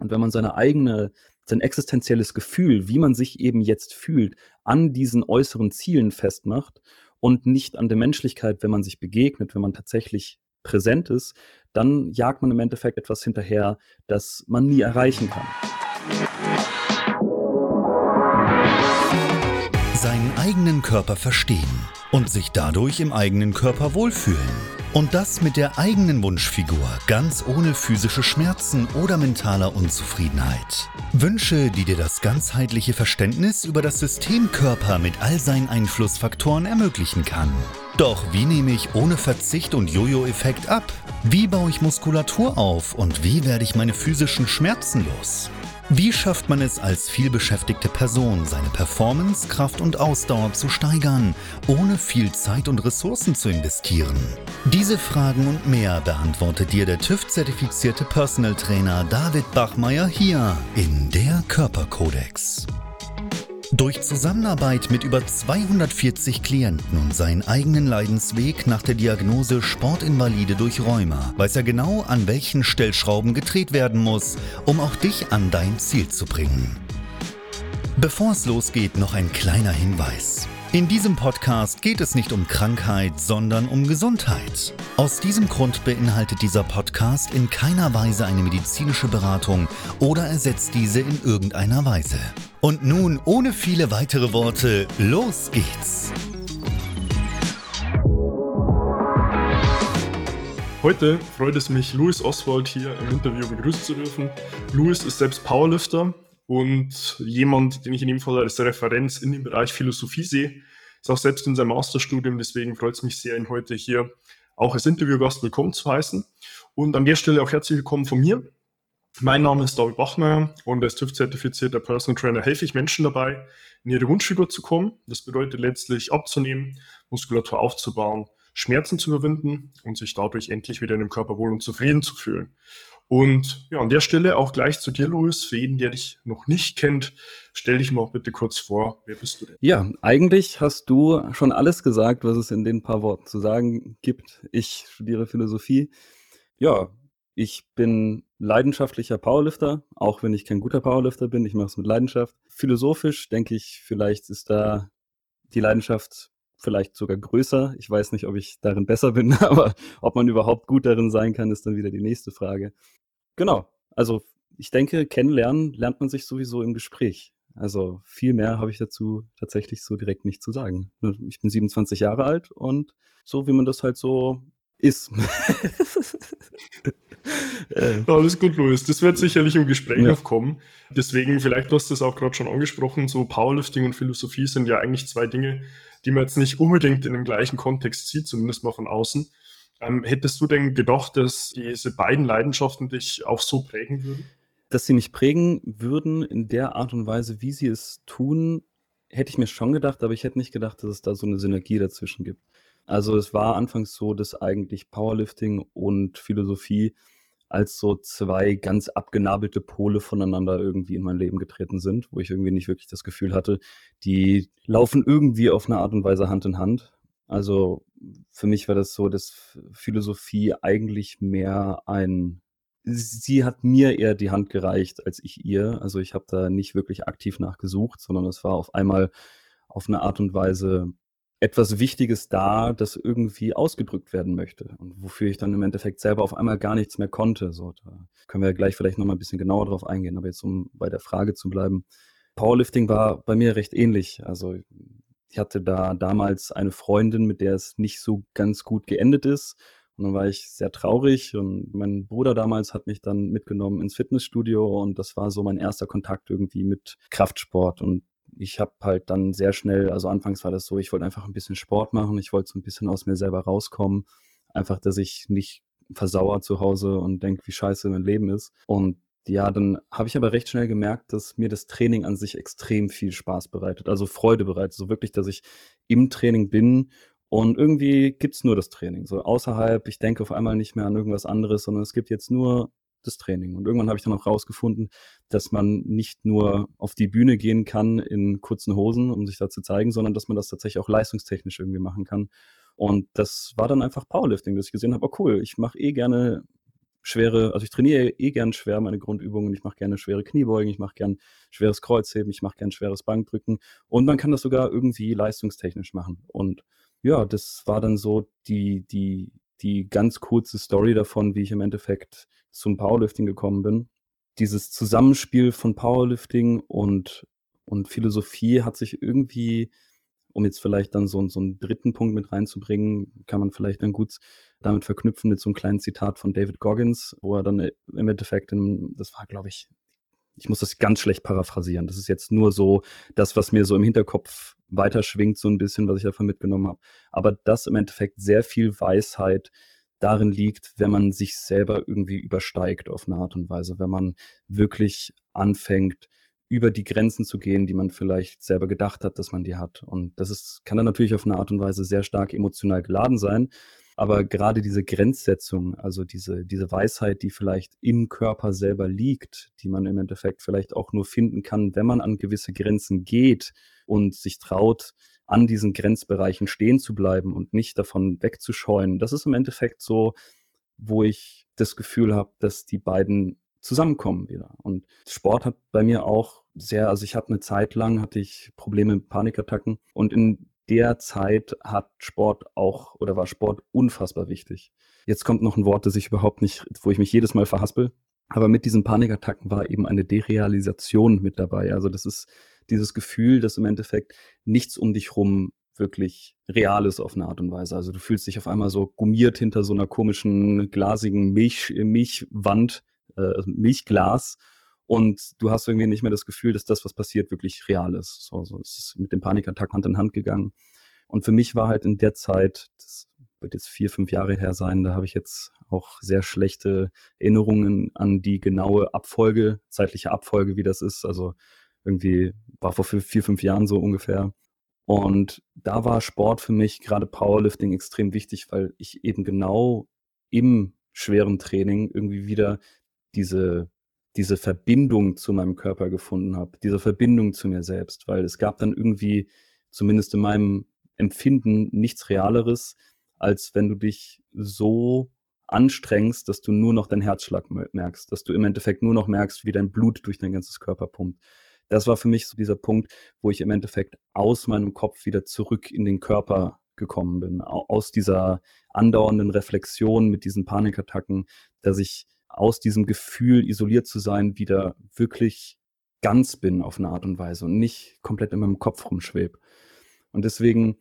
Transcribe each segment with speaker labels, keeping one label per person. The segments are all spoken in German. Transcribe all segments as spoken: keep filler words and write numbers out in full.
Speaker 1: Und wenn man seine eigene sein existenzielles Gefühl, wie man sich eben jetzt fühlt, an diesen äußeren Zielen festmacht und nicht an der Menschlichkeit, wenn man sich begegnet, wenn man tatsächlich präsent ist, dann jagt man im Endeffekt etwas hinterher, das man nie erreichen kann.
Speaker 2: Seinen eigenen Körper verstehen und sich dadurch im eigenen Körper wohlfühlen. Und das mit der eigenen Wunschfigur, ganz ohne physische Schmerzen oder mentaler Unzufriedenheit. Wünsche, die dir das ganzheitliche Verständnis über das System Körper mit all seinen Einflussfaktoren ermöglichen kann. Doch wie nehme ich ohne Verzicht und Jojo-Effekt ab? Wie baue ich Muskulatur auf und wie werde ich meine physischen Schmerzen los? Wie schafft man es als vielbeschäftigte Person, seine Performance, Kraft und Ausdauer zu steigern, ohne viel Zeit und Ressourcen zu investieren? Diese Fragen und mehr beantwortet dir der TÜV-zertifizierte Personal Trainer David Bachmeier hier in der Körperkodex. Durch Zusammenarbeit mit über zweihundertvierzig Klienten und seinen eigenen Leidensweg nach der Diagnose Sportinvalide durch Rheuma weiß er genau, an welchen Stellschrauben gedreht werden muss, um auch dich an dein Ziel zu bringen. Bevor es losgeht, noch ein kleiner Hinweis. In diesem Podcast geht es nicht um Krankheit, sondern um Gesundheit. Aus diesem Grund beinhaltet dieser Podcast in keiner Weise eine medizinische Beratung oder ersetzt diese in irgendeiner Weise. Und nun, ohne viele weitere Worte, los geht's!
Speaker 3: Heute freut es mich, Louis Oswald hier im Interview begrüßen zu dürfen. Louis ist selbst Powerlifter und jemand, den ich in dem Fall als Referenz in dem Bereich Philosophie sehe. Ist auch selbst in seinem Masterstudium, deswegen freut es mich sehr, ihn heute hier auch als Interviewgast willkommen zu heißen. Und an der Stelle auch herzlich willkommen von mir. Mein Name ist David Bachmeier und als TÜV-zertifizierter Personal Trainer helfe ich Menschen dabei, in ihre Wunschfigur zu kommen. Das bedeutet letztlich abzunehmen, Muskulatur aufzubauen, Schmerzen zu überwinden und sich dadurch endlich wieder in dem Körper wohl und zufrieden zu fühlen. Und ja, an der Stelle auch gleich zu dir, Louis. Für jeden, der dich noch nicht kennt, stell dich mal auch bitte kurz vor. Wer bist du denn?
Speaker 1: Ja, eigentlich hast du schon alles gesagt, was es in den paar Worten zu sagen gibt. Ich studiere Philosophie. Ja, ich bin leidenschaftlicher Powerlifter, auch wenn ich kein guter Powerlifter bin. Ich mache es mit Leidenschaft. Philosophisch denke ich, vielleicht ist da die Leidenschaft vielleicht sogar größer. Ich weiß nicht, ob ich darin besser bin, aber ob man überhaupt gut darin sein kann, ist dann wieder die nächste Frage. Genau, also ich denke, kennenlernen lernt man sich sowieso im Gespräch. Also viel mehr habe ich dazu tatsächlich so direkt nicht zu sagen. Ich bin siebenundzwanzig Jahre alt und so, wie man das halt so ist.
Speaker 3: äh. Alles gut, Louis. Das wird sicherlich im Gespräch
Speaker 1: Ja.
Speaker 3: noch kommen. Deswegen, vielleicht hast du es auch gerade schon angesprochen, so Powerlifting und Philosophie sind ja eigentlich zwei Dinge, die man jetzt nicht unbedingt in dem gleichen Kontext sieht, zumindest mal von außen. Ähm, hättest du denn gedacht, dass diese beiden Leidenschaften dich auch so prägen würden?
Speaker 1: Dass sie mich prägen würden in der Art und Weise, wie sie es tun, hätte ich mir schon gedacht, aber ich hätte nicht gedacht, dass es da so eine Synergie dazwischen gibt. Also es war anfangs so, dass eigentlich Powerlifting und Philosophie als so zwei ganz abgenabelte Pole voneinander irgendwie in mein Leben getreten sind, wo ich irgendwie nicht wirklich das Gefühl hatte, die laufen irgendwie auf eine Art und Weise Hand in Hand. Also für mich war das so, dass Philosophie eigentlich mehr ein, sie hat mir eher die Hand gereicht als ich ihr. Also ich habe da nicht wirklich aktiv nachgesucht, sondern es war auf einmal auf eine Art und Weise etwas Wichtiges da, das irgendwie ausgedrückt werden möchte und wofür ich dann im Endeffekt selber auf einmal gar nichts mehr konnte. So, da können wir gleich vielleicht noch mal ein bisschen genauer drauf eingehen, aber jetzt um bei der Frage zu bleiben. Powerlifting war bei mir recht ähnlich. Also ich hatte da damals eine Freundin, mit der es nicht so ganz gut geendet ist. Und dann war ich sehr traurig und mein Bruder damals hat mich dann mitgenommen ins Fitnessstudio und das war so mein erster Kontakt irgendwie mit Kraftsport. Und ich habe halt dann sehr schnell, also anfangs war das so, ich wollte einfach ein bisschen Sport machen, ich wollte so ein bisschen aus mir selber rauskommen, einfach, dass ich nicht versauere zu Hause und denke, wie scheiße mein Leben ist. Und ja, dann habe ich aber recht schnell gemerkt, dass mir das Training an sich extrem viel Spaß bereitet, also Freude bereitet, so wirklich, dass ich im Training bin und irgendwie gibt's nur das Training, so außerhalb, ich denke auf einmal nicht mehr an irgendwas anderes, sondern es gibt jetzt nur das Training. Und irgendwann habe ich dann auch rausgefunden, dass man nicht nur auf die Bühne gehen kann in kurzen Hosen, um sich da zu zeigen, sondern dass man das tatsächlich auch leistungstechnisch irgendwie machen kann. Und das war dann einfach Powerlifting, dass ich gesehen habe, oh cool, ich mache eh gerne schwere, also ich trainiere eh gern schwer meine Grundübungen, ich mache gerne schwere Kniebeugen, ich mache gern schweres Kreuzheben, ich mache gern schweres Bankdrücken und man kann das sogar irgendwie leistungstechnisch machen. Und ja, das war dann so die, die, die ganz kurze Story davon, wie ich im Endeffekt zum Powerlifting gekommen bin. Dieses Zusammenspiel von Powerlifting und, und Philosophie hat sich irgendwie, um jetzt vielleicht dann so, so einen dritten Punkt mit reinzubringen, kann man vielleicht dann gut damit verknüpfen mit so einem kleinen Zitat von David Goggins, wo er dann im Endeffekt, in, das war, glaube ich, ich muss das ganz schlecht paraphrasieren. Das ist jetzt nur so das, was mir so im Hinterkopf weiterschwingt, so ein bisschen, was ich davon mitgenommen habe. Aber dass im Endeffekt sehr viel Weisheit darin liegt, wenn man sich selber irgendwie übersteigt auf eine Art und Weise, wenn man wirklich anfängt, über die Grenzen zu gehen, die man vielleicht selber gedacht hat, dass man die hat. Und das ist, kann dann natürlich auf eine Art und Weise sehr stark emotional geladen sein. Aber gerade diese Grenzsetzung, also diese, diese Weisheit, die vielleicht im Körper selber liegt, die man im Endeffekt vielleicht auch nur finden kann, wenn man an gewisse Grenzen geht und sich traut, an diesen Grenzbereichen stehen zu bleiben und nicht davon wegzuscheuen. Das ist im Endeffekt so, wo ich das Gefühl habe, dass die beiden zusammenkommen wieder. Und Sport hat bei mir auch sehr, also ich hatte eine Zeit lang, hatte ich Probleme mit Panikattacken und in der Zeit hat Sport auch oder war Sport unfassbar wichtig. Jetzt kommt noch ein Wort, das ich überhaupt nicht, wo ich mich jedes Mal verhaspel. Aber mit diesen Panikattacken war eben eine Derealisation mit dabei. Also das ist dieses Gefühl, dass im Endeffekt nichts um dich rum wirklich real ist auf eine Art und Weise. Also du fühlst dich auf einmal so gummiert hinter so einer komischen glasigen Milch, Milchwand, äh, Milchglas. Und du hast irgendwie nicht mehr das Gefühl, dass das, was passiert, wirklich real ist. So, so es ist mit dem Panikattack Hand in Hand gegangen. Und für mich war halt in der Zeit, das wird jetzt vier, fünf Jahre her sein, da habe ich jetzt auch sehr schlechte Erinnerungen an die genaue Abfolge, zeitliche Abfolge, wie das ist. Also irgendwie war vor vier, fünf Jahren so ungefähr. Und da war Sport für mich, gerade Powerlifting, extrem wichtig, weil ich eben genau im schweren Training irgendwie wieder diese diese Verbindung zu meinem Körper gefunden habe, diese Verbindung zu mir selbst, weil es gab dann irgendwie, zumindest in meinem Empfinden, nichts Realeres, als wenn du dich so anstrengst, dass du nur noch deinen Herzschlag merkst, dass du im Endeffekt nur noch merkst, wie dein Blut durch dein ganzes Körper pumpt. Das war für mich so dieser Punkt, wo ich im Endeffekt aus meinem Kopf wieder zurück in den Körper gekommen bin, aus dieser andauernden Reflexion mit diesen Panikattacken, dass ich aus diesem Gefühl, isoliert zu sein, wieder wirklich ganz bin auf eine Art und Weise und nicht komplett in meinem Kopf rumschwebe. Und deswegen,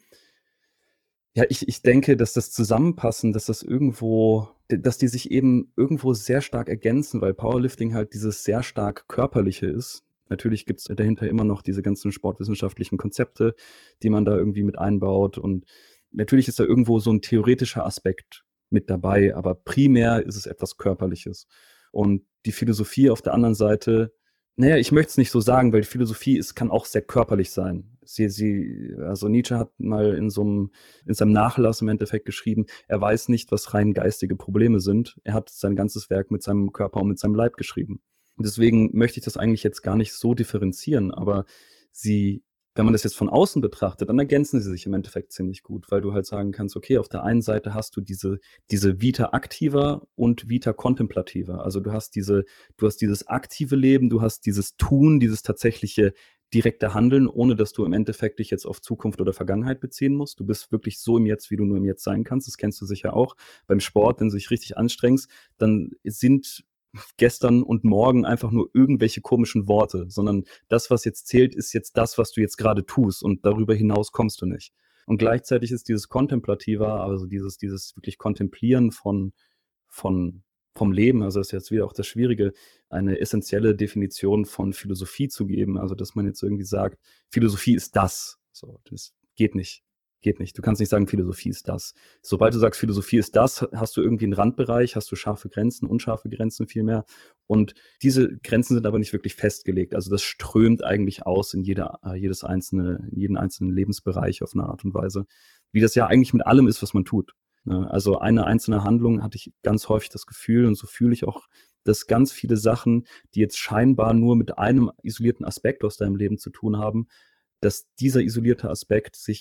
Speaker 1: ja, ich, ich denke, dass das Zusammenpassen, dass das irgendwo, dass die sich eben irgendwo sehr stark ergänzen, weil Powerlifting halt dieses sehr stark Körperliche ist. Natürlich gibt es dahinter immer noch diese ganzen sportwissenschaftlichen Konzepte, die man da irgendwie mit einbaut. Und natürlich ist da irgendwo so ein theoretischer Aspekt mit dabei, aber primär ist es etwas Körperliches. Und die Philosophie auf der anderen Seite, naja, ich möchte es nicht so sagen, weil die Philosophie ist, kann auch sehr körperlich sein. Sie, sie, also Nietzsche hat mal in so einem, in seinem Nachlass im Endeffekt geschrieben, er weiß nicht, was rein geistige Probleme sind. Er hat sein ganzes Werk mit seinem Körper und mit seinem Leib geschrieben. Und deswegen möchte ich das eigentlich jetzt gar nicht so differenzieren, aber sie, wenn man das jetzt von außen betrachtet, dann ergänzen sie sich im Endeffekt ziemlich gut, weil du halt sagen kannst, okay, auf der einen Seite hast du diese, diese Vita activa und Vita contemplativa. Also du hast diese, du hast dieses aktive Leben, du hast dieses Tun, dieses tatsächliche direkte Handeln, ohne dass du im Endeffekt dich jetzt auf Zukunft oder Vergangenheit beziehen musst. Du bist wirklich so im Jetzt, wie du nur im Jetzt sein kannst. Das kennst du sicher auch. Beim Sport, wenn du dich richtig anstrengst, dann sind gestern und morgen einfach nur irgendwelche komischen Worte, sondern das, was jetzt zählt, ist jetzt das, was du jetzt gerade tust und darüber hinaus kommst du nicht. Und gleichzeitig ist dieses Kontemplativa, also dieses, dieses wirklich Kontemplieren von, von, vom Leben, also das ist jetzt wieder auch das Schwierige, eine essentielle Definition von Philosophie zu geben, also dass man jetzt irgendwie sagt, Philosophie ist das, so, das geht nicht. Geht nicht. Du kannst nicht sagen, Philosophie ist das. Sobald du sagst, Philosophie ist das, hast du irgendwie einen Randbereich, hast du scharfe Grenzen, unscharfe Grenzen vielmehr. Und diese Grenzen sind aber nicht wirklich festgelegt. Also das strömt eigentlich aus in jeder, jedes einzelne, in jeden einzelnen Lebensbereich auf eine Art und Weise, wie das ja eigentlich mit allem ist, was man tut. Also eine einzelne Handlung hatte ich ganz häufig das Gefühl, und so fühle ich auch, dass ganz viele Sachen, die jetzt scheinbar nur mit einem isolierten Aspekt aus deinem Leben zu tun haben, dass dieser isolierte Aspekt sich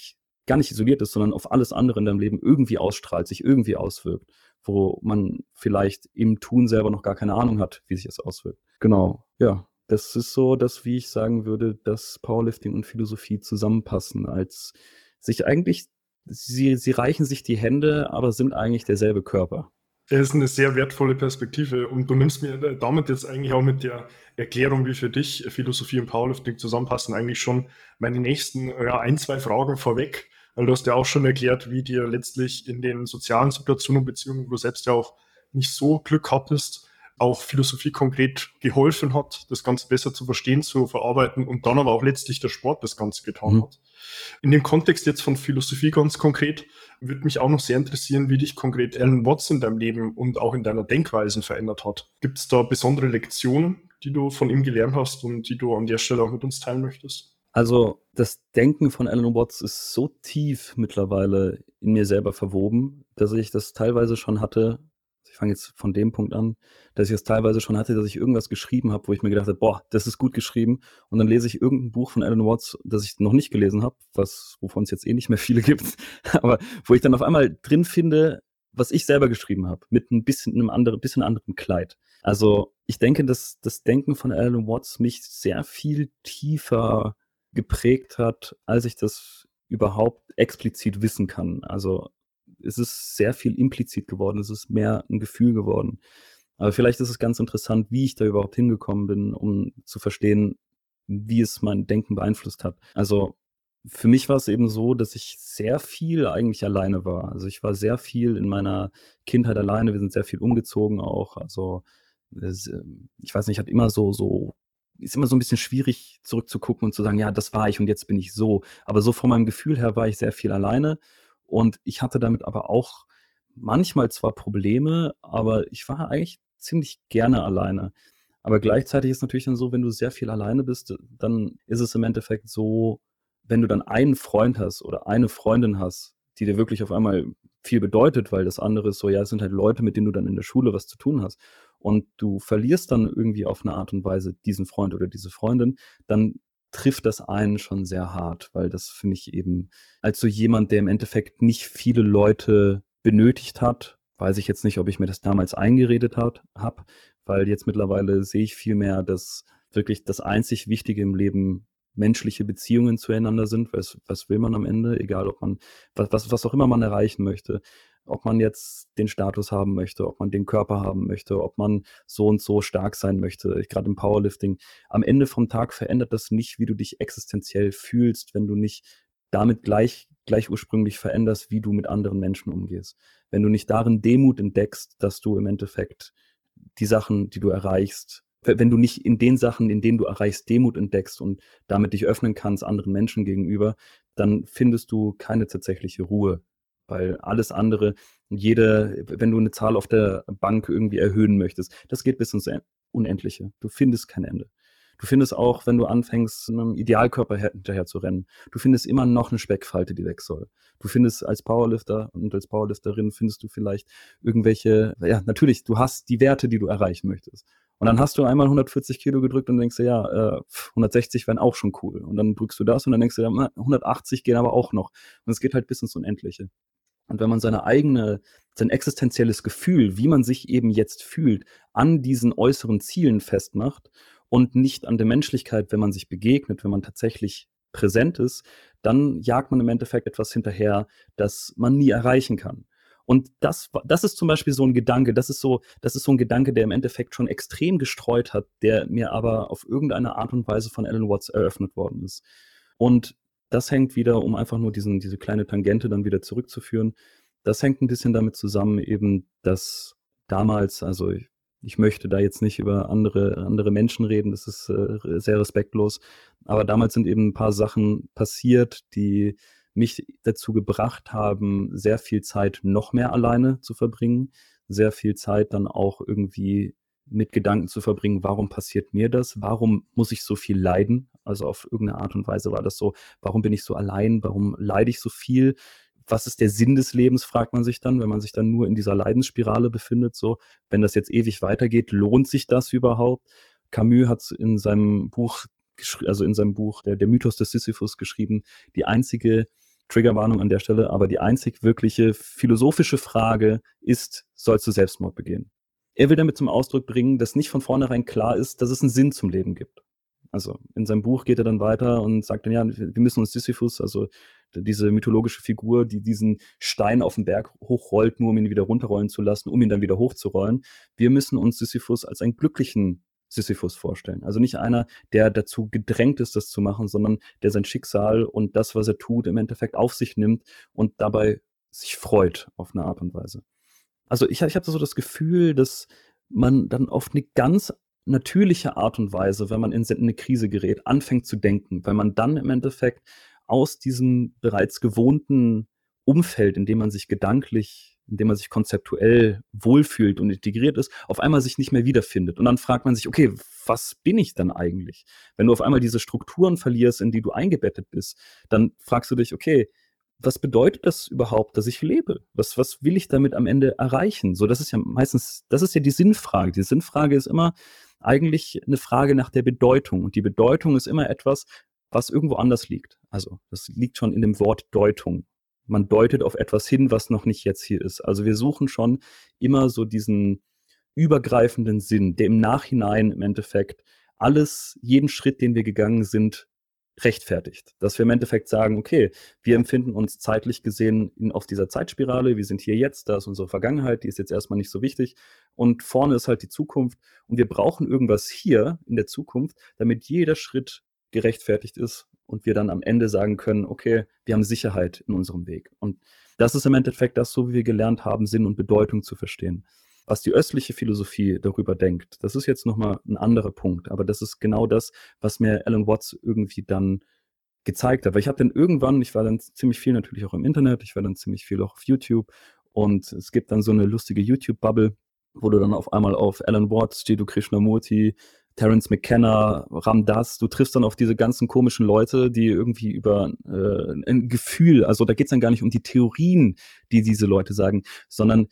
Speaker 1: gar nicht isoliert ist, sondern auf alles andere in deinem Leben irgendwie ausstrahlt, sich irgendwie auswirkt, wo man vielleicht im Tun selber noch gar keine Ahnung hat, wie sich das auswirkt. Genau, ja. Das ist so, dass, wie ich sagen würde, dass Powerlifting und Philosophie zusammenpassen, als sich eigentlich, sie, sie reichen sich die Hände, aber sind eigentlich derselbe Körper.
Speaker 3: Das ist eine sehr wertvolle Perspektive und du nimmst mir damit jetzt eigentlich auch mit der Erklärung, wie für dich Philosophie und Powerlifting zusammenpassen, eigentlich schon meine nächsten ja, ein, zwei Fragen vorweg, weil du hast ja auch schon erklärt, wie dir letztlich in den sozialen Situationen und Beziehungen, wo du selbst ja auch nicht so Glück hattest, auch Philosophie konkret geholfen hat, das Ganze besser zu verstehen, zu verarbeiten und dann aber auch letztlich der Sport das Ganze getan mhm. hat. In dem Kontext jetzt von Philosophie ganz konkret würde mich auch noch sehr interessieren, wie dich konkret Alan Watts in deinem Leben und auch in deiner Denkweise verändert hat. Gibt es da besondere Lektionen, die du von ihm gelernt hast und die du an der Stelle auch mit uns teilen möchtest?
Speaker 1: Also das Denken von Alan Watts ist so tief mittlerweile in mir selber verwoben, dass ich das teilweise schon hatte, ich fange jetzt von dem Punkt an, dass ich das teilweise schon hatte, dass ich irgendwas geschrieben habe, wo ich mir gedacht habe, boah, das ist gut geschrieben. Und dann lese ich irgendein Buch von Alan Watts, das ich noch nicht gelesen habe, was, wovon es jetzt eh nicht mehr viele gibt, aber wo ich dann auf einmal drin finde, was ich selber geschrieben habe, mit ein bisschen einem anderen, bisschen anderem Kleid. Also ich denke, dass das Denken von Alan Watts mich sehr viel tiefer geprägt hat, als ich das überhaupt explizit wissen kann. Also es ist sehr viel implizit geworden, es ist mehr ein Gefühl geworden. Aber vielleicht ist es ganz interessant, wie ich da überhaupt hingekommen bin, um zu verstehen, wie es mein Denken beeinflusst hat. Also für mich war es eben so, dass ich sehr viel eigentlich alleine war. Also ich war sehr viel in meiner Kindheit alleine, wir sind sehr viel umgezogen auch. Also es, ich weiß nicht, hat immer so, so, ist immer so ein bisschen schwierig zurückzugucken und zu sagen, ja, das war ich und jetzt bin ich so. Aber so von meinem Gefühl her war ich sehr viel alleine. Und ich hatte damit aber auch manchmal zwar Probleme, aber ich war eigentlich ziemlich gerne alleine. Aber gleichzeitig ist es natürlich dann so, wenn du sehr viel alleine bist, dann ist es im Endeffekt so, wenn du dann einen Freund hast oder eine Freundin hast, die dir wirklich auf einmal viel bedeutet, weil das andere ist so, ja, es sind halt Leute, mit denen du dann in der Schule was zu tun hast. Und du verlierst dann irgendwie auf eine Art und Weise diesen Freund oder diese Freundin, dann trifft das einen schon sehr hart, weil das für mich eben als so jemand, der im Endeffekt nicht viele Leute benötigt hat, weiß ich jetzt nicht, ob ich mir das damals eingeredet habe, weil jetzt mittlerweile sehe ich viel mehr, dass wirklich das einzig Wichtige im Leben menschliche Beziehungen zueinander sind. Was, was will man am Ende? Egal, ob man, was, was, was auch immer man erreichen möchte. Ob man jetzt den Status haben möchte, ob man den Körper haben möchte, ob man so und so stark sein möchte, gerade im Powerlifting. Am Ende vom Tag verändert das nicht, wie du dich existenziell fühlst, wenn du nicht damit gleich, gleich ursprünglich veränderst, wie du mit anderen Menschen umgehst. Wenn du nicht darin Demut entdeckst, dass du im Endeffekt die Sachen, die du erreichst, wenn du nicht in den Sachen, in denen du erreichst, Demut entdeckst und damit dich öffnen kannst anderen Menschen gegenüber, dann findest du keine tatsächliche Ruhe. Weil alles andere, jede, wenn du eine Zahl auf der Bank irgendwie erhöhen möchtest, das geht bis ins Unendliche. Du findest kein Ende. Du findest auch, wenn du anfängst, einem Idealkörper hinterher zu rennen, du findest immer noch eine Speckfalte, die weg soll. Du findest als Powerlifter und als Powerlifterin findest du vielleicht irgendwelche, ja, natürlich, du hast die Werte, die du erreichen möchtest. Und dann hast du einmal hundertvierzig Kilo gedrückt und denkst dir, ja, äh, hundertsechzig wären auch schon cool. Und dann drückst du das und dann denkst du dir, ja, hundertachtzig gehen aber auch noch. Und es geht halt bis ins Unendliche. Und wenn man seine eigene, sein existenzielles Gefühl, wie man sich eben jetzt fühlt, an diesen äußeren Zielen festmacht und nicht an der Menschlichkeit, wenn man sich begegnet, wenn man tatsächlich präsent ist, dann jagt man im Endeffekt etwas hinterher, das man nie erreichen kann. Und das, das ist zum Beispiel so ein Gedanke, das ist so, das ist so ein Gedanke, der im Endeffekt schon extrem gestreut hat, der mir aber auf irgendeine Art und Weise von Alan Watts eröffnet worden ist. Und das hängt wieder, um einfach nur diesen, diese kleine Tangente dann wieder zurückzuführen, das hängt ein bisschen damit zusammen eben, dass damals, also ich, ich möchte da jetzt nicht über andere, andere Menschen reden, das ist äh, sehr respektlos, aber damals sind eben ein paar Sachen passiert, die mich dazu gebracht haben, sehr viel Zeit noch mehr alleine zu verbringen, sehr viel Zeit dann auch irgendwie mit Gedanken zu verbringen, warum passiert mir das? Warum muss ich so viel leiden? Also auf irgendeine Art und Weise war das so, warum bin ich so allein? Warum leide ich so viel? Was ist der Sinn des Lebens, fragt man sich dann, wenn man sich dann nur in dieser Leidensspirale befindet. So, wenn das jetzt ewig weitergeht, lohnt sich das überhaupt? Camus hat in seinem Buch, also in seinem Buch, der, der Mythos des Sisyphus geschrieben, die einzige Triggerwarnung an der Stelle, aber die einzig wirkliche philosophische Frage ist, sollst du Selbstmord begehen? Er will damit zum Ausdruck bringen, dass nicht von vornherein klar ist, dass es einen Sinn zum Leben gibt. Also in seinem Buch geht er dann weiter und sagt dann, ja, wir müssen uns Sisyphus, also diese mythologische Figur, die diesen Stein auf den Berg hochrollt, nur um ihn wieder runterrollen zu lassen, um ihn dann wieder hochzurollen. Wir müssen uns Sisyphus als einen glücklichen Sisyphus vorstellen. Also nicht einer, der dazu gedrängt ist, das zu machen, sondern der sein Schicksal und das, was er tut, im Endeffekt auf sich nimmt und dabei sich freut auf eine Art und Weise. Also ich, ich habe so das Gefühl, dass man dann auf eine ganz natürliche Art und Weise, wenn man in eine Krise gerät, anfängt zu denken, weil man dann im Endeffekt aus diesem bereits gewohnten Umfeld, in dem man sich gedanklich, in dem man sich konzeptuell wohlfühlt und integriert ist, auf einmal sich nicht mehr wiederfindet. Und dann fragt man sich, okay, was bin ich dann eigentlich? Wenn du auf einmal diese Strukturen verlierst, in die du eingebettet bist, dann fragst du dich, okay, was bedeutet das überhaupt, dass ich lebe? Was, was will ich damit am Ende erreichen? So, das ist ja meistens, das ist ja die Sinnfrage. Die Sinnfrage ist immer eigentlich eine Frage nach der Bedeutung. Und die Bedeutung ist immer etwas, was irgendwo anders liegt. Also, das liegt schon in dem Wort Deutung. Man deutet auf etwas hin, was noch nicht jetzt hier ist. Also, wir suchen schon immer so diesen übergreifenden Sinn, der im Nachhinein im Endeffekt alles, jeden Schritt, den wir gegangen sind, rechtfertigt. Dass wir im Endeffekt sagen, okay, wir empfinden uns zeitlich gesehen in, auf dieser Zeitspirale, wir sind hier jetzt, da ist unsere Vergangenheit, die ist jetzt erstmal nicht so wichtig und vorne ist halt die Zukunft und wir brauchen irgendwas hier in der Zukunft, damit jeder Schritt gerechtfertigt ist und wir dann am Ende sagen können, okay, wir haben Sicherheit in unserem Weg. Und das ist im Endeffekt das, so wie wir gelernt haben, Sinn und Bedeutung zu verstehen. Was die östliche Philosophie darüber denkt, das ist jetzt nochmal ein anderer Punkt, aber das ist genau das, was mir Alan Watts irgendwie dann gezeigt hat. Weil ich habe dann irgendwann, ich war dann ziemlich viel natürlich auch im Internet, ich war dann ziemlich viel auch auf YouTube und es gibt dann so eine lustige YouTube-Bubble, wo du dann auf einmal auf Alan Watts, Jiddu Krishnamurti, Terence McKenna, Ram Dass, du triffst dann auf diese ganzen komischen Leute, die irgendwie über äh, ein Gefühl, also da geht es dann gar nicht um die Theorien, die diese Leute sagen, sondern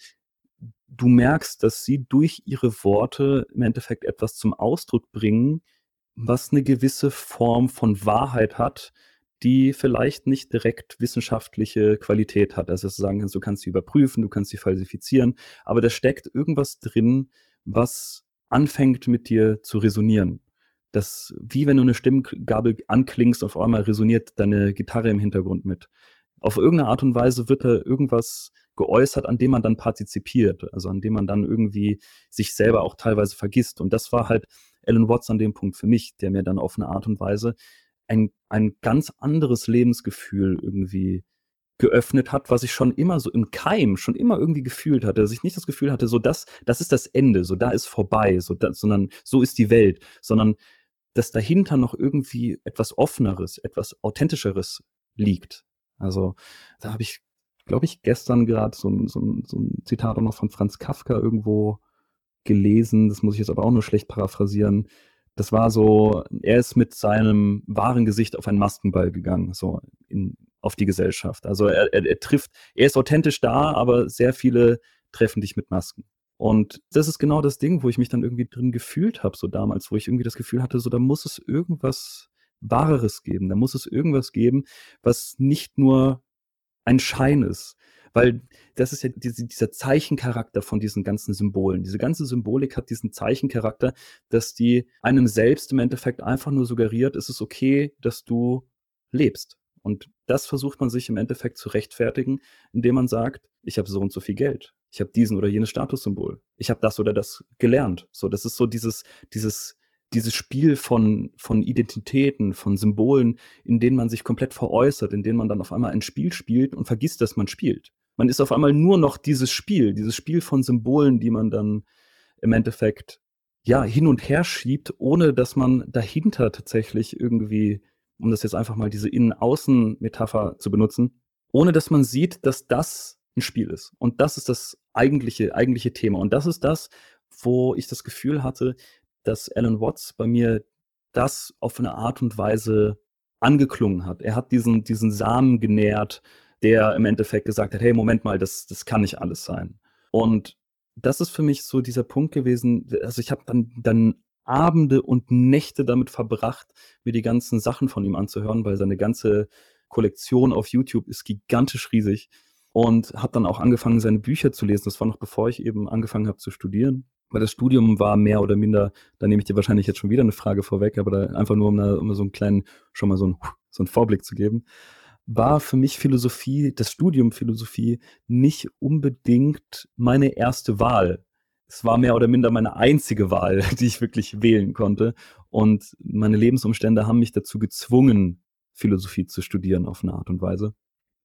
Speaker 1: du merkst, dass sie durch ihre Worte im Endeffekt etwas zum Ausdruck bringen, was eine gewisse Form von Wahrheit hat, die vielleicht nicht direkt wissenschaftliche Qualität hat. Also dass du sagen kannst, du kannst sie überprüfen, du kannst sie falsifizieren, aber da steckt irgendwas drin, was anfängt mit dir zu resonieren. Das, wie wenn du eine Stimmgabel anklingst, auf einmal resoniert deine Gitarre im Hintergrund mit. Auf irgendeine Art und Weise wird da irgendwas geäußert, an dem man dann partizipiert, also an dem man dann irgendwie sich selber auch teilweise vergisst. Und das war halt Alan Watts an dem Punkt für mich, der mir dann auf eine Art und Weise ein, ein ganz anderes Lebensgefühl irgendwie geöffnet hat, was ich schon immer so im Keim, schon immer irgendwie gefühlt hatte, dass ich nicht das Gefühl hatte, so das, das ist das Ende, so da ist vorbei, so das, sondern so ist die Welt, sondern dass dahinter noch irgendwie etwas Offeneres, etwas Authentischeres liegt. Also da habe ich, glaube ich, gestern gerade so, ein- so, ein- so ein Zitat auch noch von Franz Kafka irgendwo gelesen. Das muss ich jetzt aber auch nur schlecht paraphrasieren. Das war so, er ist mit seinem wahren Gesicht auf einen Maskenball gegangen, so in, auf die Gesellschaft. Also er, er, er trifft, er ist authentisch da, aber sehr viele treffen dich mit Masken. Und das ist genau das Ding, wo ich mich dann irgendwie drin gefühlt habe, so damals, wo ich irgendwie das Gefühl hatte, so da muss es irgendwas Wahreres geben, da muss es irgendwas geben, was nicht nur ein Schein ist. Weil das ist ja diese, dieser Zeichencharakter von diesen ganzen Symbolen. Diese ganze Symbolik hat diesen Zeichencharakter, dass die einem selbst im Endeffekt einfach nur suggeriert, es ist okay, dass du lebst. Und das versucht man sich im Endeffekt zu rechtfertigen, indem man sagt, ich habe so und so viel Geld. Ich habe diesen oder jenes Statussymbol. Ich habe das oder das gelernt. So, das ist so dieses, dieses, dieses Spiel von, von Identitäten, von Symbolen, in denen man sich komplett veräußert, in denen man dann auf einmal ein Spiel spielt und vergisst, dass man spielt. Man ist auf einmal nur noch dieses Spiel, dieses Spiel von Symbolen, die man dann im Endeffekt ja hin und her schiebt, ohne dass man dahinter tatsächlich irgendwie, um das jetzt einfach mal diese Innen-Außen-Metapher zu benutzen, ohne dass man sieht, dass das ein Spiel ist. Und das ist das eigentliche, eigentliche Thema. Und das ist das, wo ich das Gefühl hatte, dass Alan Watts bei mir das auf eine Art und Weise angeklungen hat. Er hat diesen, diesen Samen genährt, der im Endeffekt gesagt hat, hey, Moment mal, das, das kann nicht alles sein. Und das ist für mich so dieser Punkt gewesen, also ich habe dann, dann Abende und Nächte damit verbracht, mir die ganzen Sachen von ihm anzuhören, weil seine ganze Kollektion auf YouTube ist gigantisch riesig und habe dann auch angefangen, seine Bücher zu lesen. Das war noch bevor ich eben angefangen habe zu studieren. Weil das Studium war mehr oder minder, da nehme ich dir wahrscheinlich jetzt schon wieder eine Frage vorweg, aber da einfach nur, um, da, um so einen kleinen, schon mal so einen, so einen Vorblick zu geben, war für mich Philosophie, das Studium Philosophie, nicht unbedingt meine erste Wahl. Es war mehr oder minder meine einzige Wahl, die ich wirklich wählen konnte. Und meine Lebensumstände haben mich dazu gezwungen, Philosophie zu studieren auf eine Art und Weise.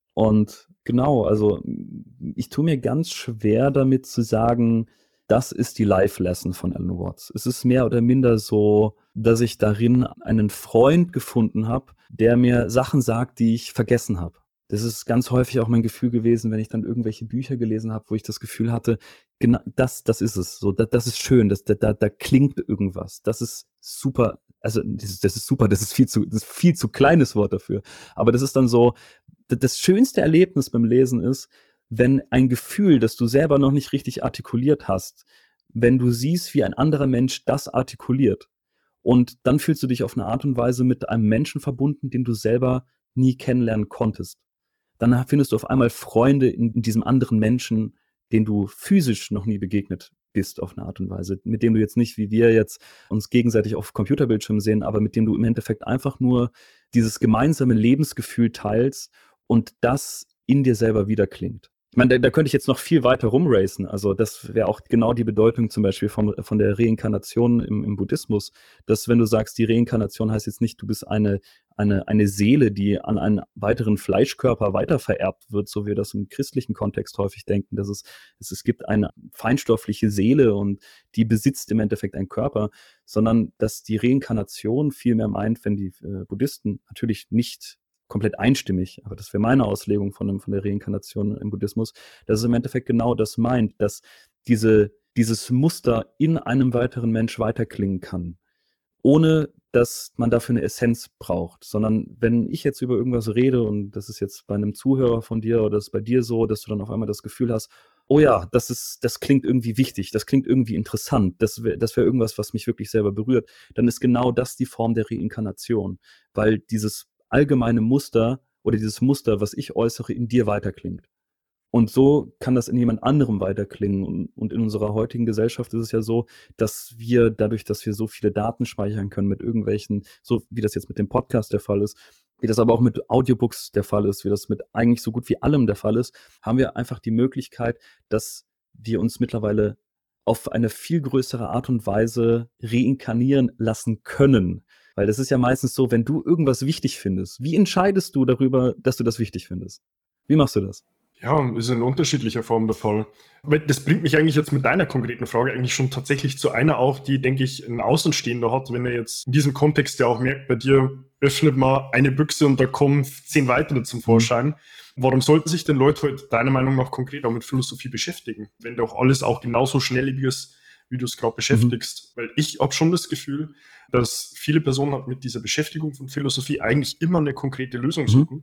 Speaker 1: Und genau, also ich tue mir ganz schwer damit zu sagen, das ist die Life-Lesson von Alan Watts. Es ist mehr oder minder so, dass ich darin einen Freund gefunden habe, der mir Sachen sagt, die ich vergessen habe. Das ist ganz häufig auch mein Gefühl gewesen, wenn ich dann irgendwelche Bücher gelesen habe, wo ich das Gefühl hatte, genau das, das ist es. So, das, das ist schön, das, da, da klingt irgendwas. Das ist super. Also das ist, das ist super, das ist viel zu, das ist viel zu kleines Wort dafür. Aber das ist dann so, das schönste Erlebnis beim Lesen ist, wenn ein Gefühl, das du selber noch nicht richtig artikuliert hast, wenn du siehst, wie ein anderer Mensch das artikuliert. Und dann fühlst du dich auf eine Art und Weise mit einem Menschen verbunden, den du selber nie kennenlernen konntest. Dann findest du auf einmal Freunde in, in diesem anderen Menschen, den du physisch noch nie begegnet bist auf eine Art und Weise, mit dem du jetzt nicht, wie wir jetzt uns gegenseitig auf Computerbildschirmen sehen, aber mit dem du im Endeffekt einfach nur dieses gemeinsame Lebensgefühl teilst und das in dir selber wiederklingt. Ich meine, da, da könnte ich jetzt noch viel weiter rumracen. Also das wäre auch genau die Bedeutung zum Beispiel von, von der Reinkarnation im, im Buddhismus, dass wenn du sagst, die Reinkarnation heißt jetzt nicht, du bist eine, eine, eine Seele, die an einen weiteren Fleischkörper weitervererbt wird, so wie wir das im christlichen Kontext häufig denken, dass es, es, es gibt eine feinstoffliche Seele und die besitzt im Endeffekt einen Körper, sondern dass die Reinkarnation vielmehr meint, wenn die äh, Buddhisten natürlich nicht komplett einstimmig, aber das wäre meine Auslegung von, dem, von der Reinkarnation im Buddhismus, dass es im Endeffekt genau das meint, dass diese, dieses Muster in einem weiteren Mensch weiterklingen kann, ohne dass man dafür eine Essenz braucht, sondern wenn ich jetzt über irgendwas rede und das ist jetzt bei einem Zuhörer von dir oder das ist bei dir so, dass du dann auf einmal das Gefühl hast, oh ja, das ist, das klingt irgendwie wichtig, das klingt irgendwie interessant, das wäre das wär irgendwas, was mich wirklich selber berührt, dann ist genau das die Form der Reinkarnation, weil dieses allgemeine Muster oder dieses Muster, was ich äußere, in dir weiterklingt. Und so kann das in jemand anderem weiterklingen. Und, und in unserer heutigen Gesellschaft ist es ja so, dass wir dadurch, dass wir so viele Daten speichern können mit irgendwelchen, so wie das jetzt mit dem Podcast der Fall ist, wie das aber auch mit Audiobooks der Fall ist, wie das mit eigentlich so gut wie allem der Fall ist, haben wir einfach die Möglichkeit, dass wir uns mittlerweile auf eine viel größere Art und Weise reinkarnieren lassen können. Weil das ist ja meistens so, wenn du irgendwas wichtig findest, wie entscheidest du darüber, dass du das wichtig findest? Wie machst du das?
Speaker 3: Ja, ist in unterschiedlicher Form der Fall. Aber das bringt mich eigentlich jetzt mit deiner konkreten Frage eigentlich schon tatsächlich zu einer auch, die, denke ich, ein Außenstehender hat, wenn er jetzt in diesem Kontext ja auch merkt, bei dir öffnet man eine Büchse und da kommen zehn weitere zum Vorschein. Warum sollten sich denn Leute heute deiner Meinung nach konkret auch mit Philosophie beschäftigen, wenn doch alles auch genauso schnelllebig ist, wie du es gerade beschäftigst? Mhm. Weil ich habe schon das Gefühl, dass viele Personen halt mit dieser Beschäftigung von Philosophie eigentlich immer eine konkrete Lösung suchen. Mhm.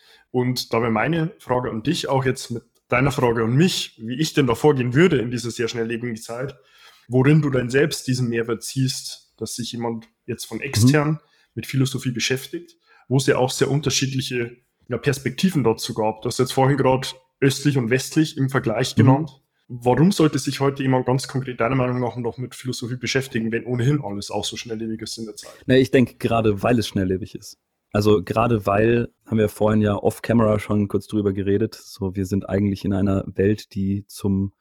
Speaker 3: Und da wäre meine Frage an dich auch jetzt mit deiner Frage an mich, wie ich denn da vorgehen würde in dieser sehr schnelllebigen Zeit, worin du denn selbst diesen Mehrwert siehst, dass sich jemand jetzt von extern mhm. mit Philosophie beschäftigt, wo es ja auch sehr unterschiedliche ja, Perspektiven dazu gab. Du hast jetzt vorhin gerade östlich und westlich im Vergleich mhm. genannt. Warum sollte sich heute jemand ganz konkret deiner Meinung nach noch mit Philosophie beschäftigen, wenn ohnehin alles auch so schnelllebig ist in der Zeit?
Speaker 1: Na, ich denke gerade, weil es schnelllebig ist. Also gerade weil, haben wir vorhin ja off-camera schon kurz drüber geredet, so wir sind eigentlich in einer Welt, die zum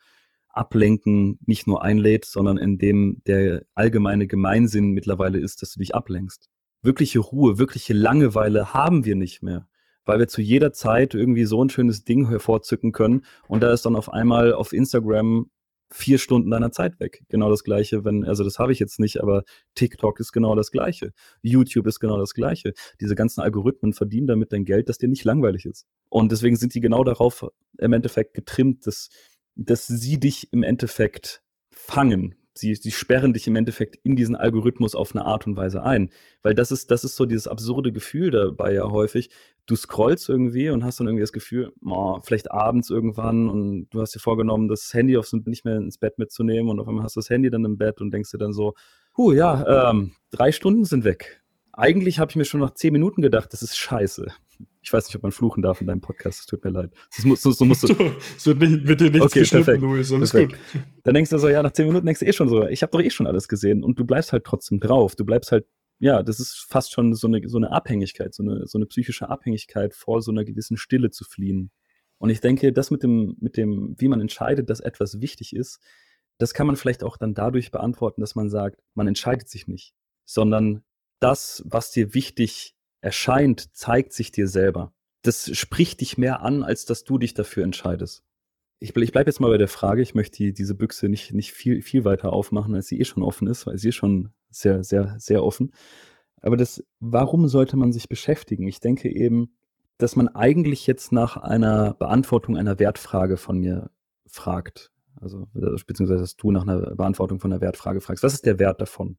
Speaker 1: Ablenken nicht nur einlädt, sondern in dem der allgemeine Gemeinsinn mittlerweile ist, dass du dich ablenkst. Wirkliche Ruhe, wirkliche Langeweile haben wir nicht mehr, weil wir zu jeder Zeit irgendwie so ein schönes Ding hervorzücken können und da ist dann auf einmal auf Instagram vier Stunden deiner Zeit weg. Genau das Gleiche, wenn, also das habe ich jetzt nicht, aber TikTok ist genau das Gleiche. YouTube ist genau das Gleiche. Diese ganzen Algorithmen verdienen damit dein Geld, dass dir nicht langweilig ist. Und deswegen sind die genau darauf im Endeffekt getrimmt, dass, dass sie dich im Endeffekt fangen. Sie, sie sperren dich im Endeffekt in diesen Algorithmus auf eine Art und Weise ein. Weil das ist, das ist so dieses absurde Gefühl dabei ja häufig. Du scrollst irgendwie und hast dann irgendwie das Gefühl, oh, vielleicht abends irgendwann und du hast dir vorgenommen, das Handy aufs, nicht mehr ins Bett mitzunehmen und auf einmal hast du das Handy dann im Bett und denkst dir dann so, huh, ja, ähm, drei Stunden sind weg. Eigentlich habe ich mir schon nach zehn Minuten gedacht, das ist scheiße. Ich Ich weiß nicht, ob man fluchen darf in deinem Podcast, es tut mir leid. Das muss, so, so musst du.
Speaker 3: Es wird, nicht, wird dir nichts
Speaker 1: Okay,
Speaker 3: geschnitten,
Speaker 1: perfekt,
Speaker 3: Luis, alles
Speaker 1: perfekt.
Speaker 3: gut.
Speaker 1: Dann denkst du so, ja, nach zehn Minuten denkst du eh schon so, ich habe doch eh schon alles gesehen und du bleibst halt trotzdem drauf. Du bleibst halt, ja, das ist fast schon so eine, so eine Abhängigkeit, so eine, so eine psychische Abhängigkeit, vor so einer gewissen Stille zu fliehen. Und ich denke, das mit dem, mit dem, wie man entscheidet, dass etwas wichtig ist, das kann man vielleicht auch dann dadurch beantworten, dass man sagt, man entscheidet sich nicht, sondern das, was dir wichtig erscheint, zeigt sich dir selber. Das spricht dich mehr an, als dass du dich dafür entscheidest. Ich, ich bleibe jetzt mal bei der Frage, ich möchte die, diese Büchse nicht, nicht viel, viel weiter aufmachen, als sie eh schon offen ist, weil sie ist schon sehr, sehr, sehr offen. Aber das, warum sollte man sich beschäftigen? Ich denke eben, dass man eigentlich jetzt nach einer Beantwortung einer Wertfrage von mir fragt. Also, beziehungsweise, dass du nach einer Beantwortung von einer Wertfrage fragst. Was ist der Wert davon?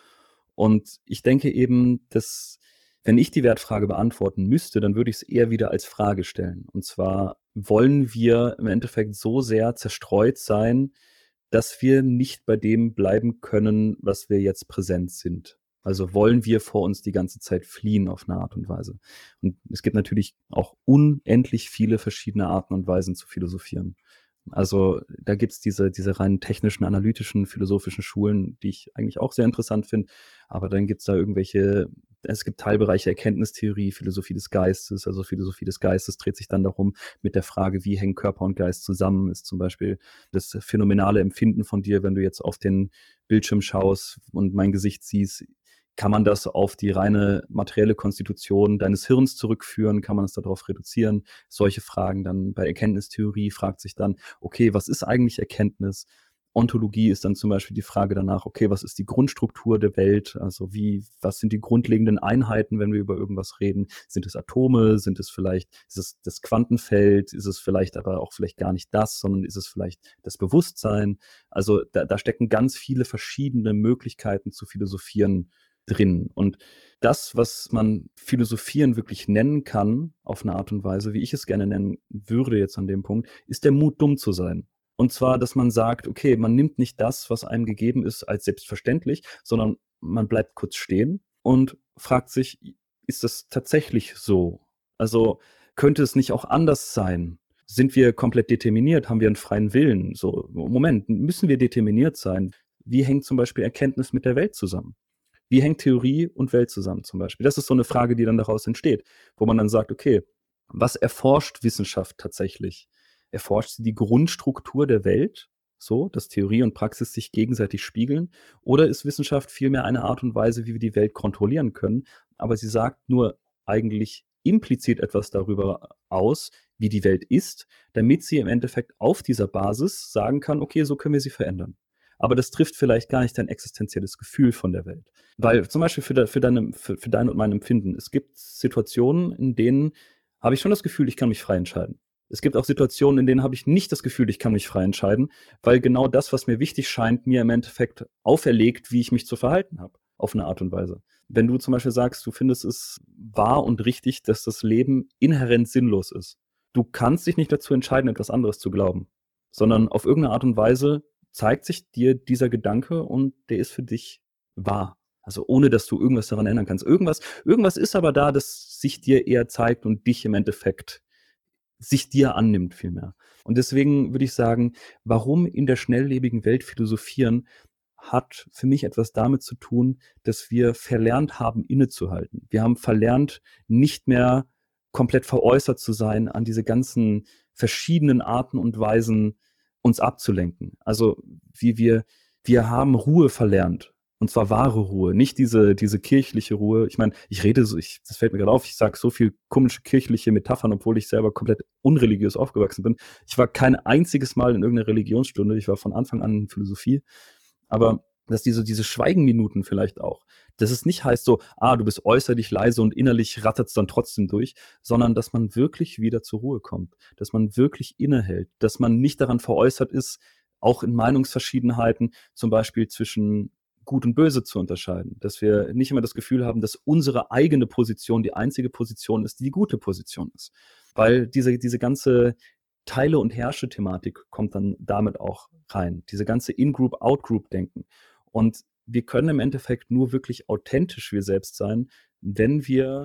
Speaker 1: Und ich denke eben, dass, wenn ich die Wertfrage beantworten müsste, dann würde ich es eher wieder als Frage stellen. Und zwar, wollen wir im Endeffekt so sehr zerstreut sein, dass wir nicht bei dem bleiben können, was wir jetzt präsent sind? Also wollen wir vor uns die ganze Zeit fliehen auf eine Art und Weise? Und es gibt natürlich auch unendlich viele verschiedene Arten und Weisen zu philosophieren. Also da gibt's diese, diese rein technischen, analytischen, philosophischen Schulen, die ich eigentlich auch sehr interessant finde. Aber dann gibt's da irgendwelche, es gibt Teilbereiche Erkenntnistheorie, Philosophie des Geistes. Also Philosophie des Geistes dreht sich dann darum mit der Frage, wie hängen Körper und Geist zusammen, ist zum Beispiel das phänomenale Empfinden von dir, wenn du jetzt auf den Bildschirm schaust und mein Gesicht siehst. Kann man das auf die reine materielle Konstitution deines Hirns zurückführen? Kann man es darauf reduzieren? Solche Fragen dann bei Erkenntnistheorie fragt sich dann, okay, was ist eigentlich Erkenntnis? Ontologie ist dann zum Beispiel die Frage danach, okay, was ist die Grundstruktur der Welt? Also wie, was sind die grundlegenden Einheiten, wenn wir über irgendwas reden? Sind es Atome? Sind es vielleicht, ist es das Quantenfeld? Ist es vielleicht aber auch vielleicht gar nicht das, sondern ist es vielleicht das Bewusstsein? Also da, da stecken ganz viele verschiedene Möglichkeiten zu philosophieren drin. Und das, was man Philosophieren wirklich nennen kann, auf eine Art und Weise, wie ich es gerne nennen würde jetzt an dem Punkt, ist der Mut, dumm zu sein. Und zwar, dass man sagt, okay, man nimmt nicht das, was einem gegeben ist, als selbstverständlich, sondern man bleibt kurz stehen und fragt sich, ist das tatsächlich so? Also könnte es nicht auch anders sein? Sind wir komplett determiniert? Haben wir einen freien Willen? So, Moment, müssen wir determiniert sein? Wie hängt zum Beispiel Erkenntnis mit der Welt zusammen? Wie hängt Theorie und Welt zusammen zum Beispiel? Das ist so eine Frage, die dann daraus entsteht, wo man dann sagt, okay, was erforscht Wissenschaft tatsächlich? Erforscht sie die Grundstruktur der Welt, so, dass Theorie und Praxis sich gegenseitig spiegeln? Oder ist Wissenschaft vielmehr eine Art und Weise, wie wir die Welt kontrollieren können? Aber sie sagt nur eigentlich implizit etwas darüber aus, wie die Welt ist, damit sie im Endeffekt auf dieser Basis sagen kann, okay, so können wir sie verändern. Aber das trifft vielleicht gar nicht dein existenzielles Gefühl von der Welt. Weil zum Beispiel für, de, für, deine, für, für dein und mein Empfinden, es gibt Situationen, in denen habe ich schon das Gefühl, ich kann mich frei entscheiden. Es gibt auch Situationen, in denen habe ich nicht das Gefühl, ich kann mich frei entscheiden, weil genau das, was mir wichtig scheint, mir im Endeffekt auferlegt, wie ich mich zu verhalten habe, auf eine Art und Weise. Wenn du zum Beispiel sagst, du findest es wahr und richtig, dass das Leben inhärent sinnlos ist. Du kannst dich nicht dazu entscheiden, etwas anderes zu glauben, sondern auf irgendeine Art und Weise zeigt sich dir dieser Gedanke und der ist für dich wahr. Also ohne, dass du irgendwas daran ändern kannst. Irgendwas, irgendwas ist aber da, das sich dir eher zeigt und dich im Endeffekt sich dir annimmt vielmehr. Und deswegen würde ich sagen, warum in der schnelllebigen Welt philosophieren, hat für mich etwas damit zu tun, dass wir verlernt haben, innezuhalten. Wir haben verlernt, nicht mehr komplett veräußert zu sein an diese ganzen verschiedenen Arten und Weisen, uns abzulenken. Also wie wir, wir haben Ruhe verlernt. Und zwar wahre Ruhe, nicht diese, diese kirchliche Ruhe. Ich meine, ich rede so, ich, das fällt mir gerade auf, ich sage so viel komische kirchliche Metaphern, obwohl ich selber komplett unreligiös aufgewachsen bin. Ich war kein einziges Mal in irgendeiner Religionsstunde, ich war von Anfang an in Philosophie. Aber dass diese, diese Schweigenminuten vielleicht auch, dass es nicht heißt so, ah, du bist äußerlich leise und innerlich rattert es dann trotzdem durch, sondern dass man wirklich wieder zur Ruhe kommt, dass man wirklich innehält, dass man nicht daran veräußert ist, auch in Meinungsverschiedenheiten zum Beispiel zwischen Gut und Böse zu unterscheiden, dass wir nicht immer das Gefühl haben, dass unsere eigene Position die einzige Position ist, die die gute Position ist. Weil diese, diese ganze Teile- und Herrsche-Thematik kommt dann damit auch rein. Diese ganze In-Group, Out-Group-Denken. Und wir können im Endeffekt nur wirklich authentisch wir selbst sein, wenn wir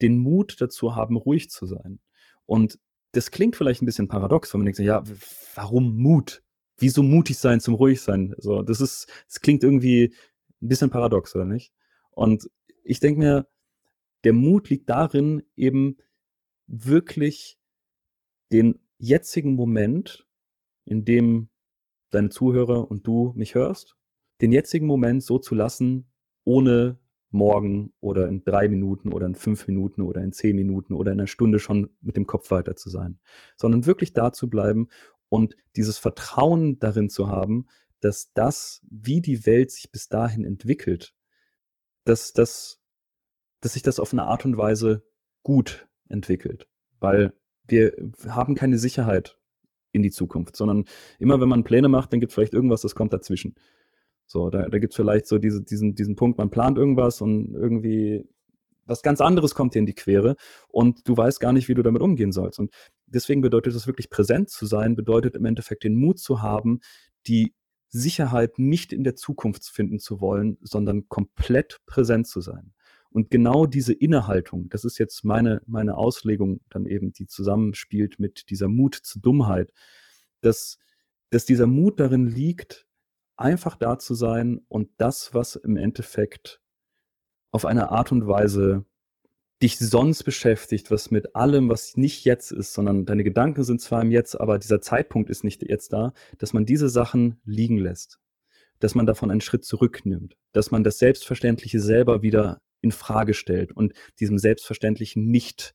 Speaker 1: den Mut dazu haben, ruhig zu sein. Und das klingt vielleicht ein bisschen paradox, wenn man denkt, so, ja, w- warum Mut? Wieso mutig sein zum ruhig sein? So, das ist, das klingt irgendwie ein bisschen paradox, oder nicht? Und ich denke mir, der Mut liegt darin, eben wirklich den jetzigen Moment, in dem deine Zuhörer und du mich hörst, den jetzigen Moment so zu lassen, ohne morgen oder in drei Minuten oder in fünf Minuten oder in zehn Minuten oder in einer Stunde schon mit dem Kopf weiter zu sein, sondern wirklich da zu bleiben und dieses Vertrauen darin zu haben, dass das, wie die Welt sich bis dahin entwickelt, dass, dass, dass sich das auf eine Art und Weise gut entwickelt. Weil wir haben keine Sicherheit in die Zukunft, sondern immer wenn man Pläne macht, dann gibt es vielleicht irgendwas, das kommt dazwischen. So, da, da gibt es vielleicht so diese, diesen, diesen Punkt, man plant irgendwas und irgendwie was ganz anderes kommt dir in die Quere und du weißt gar nicht, wie du damit umgehen sollst. Und deswegen bedeutet es wirklich präsent zu sein, bedeutet im Endeffekt den Mut zu haben, die Sicherheit nicht in der Zukunft finden zu wollen, sondern komplett präsent zu sein. Und genau diese Innehaltung, das ist jetzt meine, meine Auslegung dann eben, die zusammenspielt mit dieser Mut zur Dummheit, dass, dass dieser Mut darin liegt, einfach da zu sein und das, was im Endeffekt auf eine Art und Weise dich sonst beschäftigt, was mit allem, was nicht jetzt ist, sondern deine Gedanken sind zwar im Jetzt, aber dieser Zeitpunkt ist nicht jetzt da, dass man diese Sachen liegen lässt, dass man davon einen Schritt zurücknimmt, dass man das Selbstverständliche selber wieder in Frage stellt und diesem Selbstverständlichen nicht,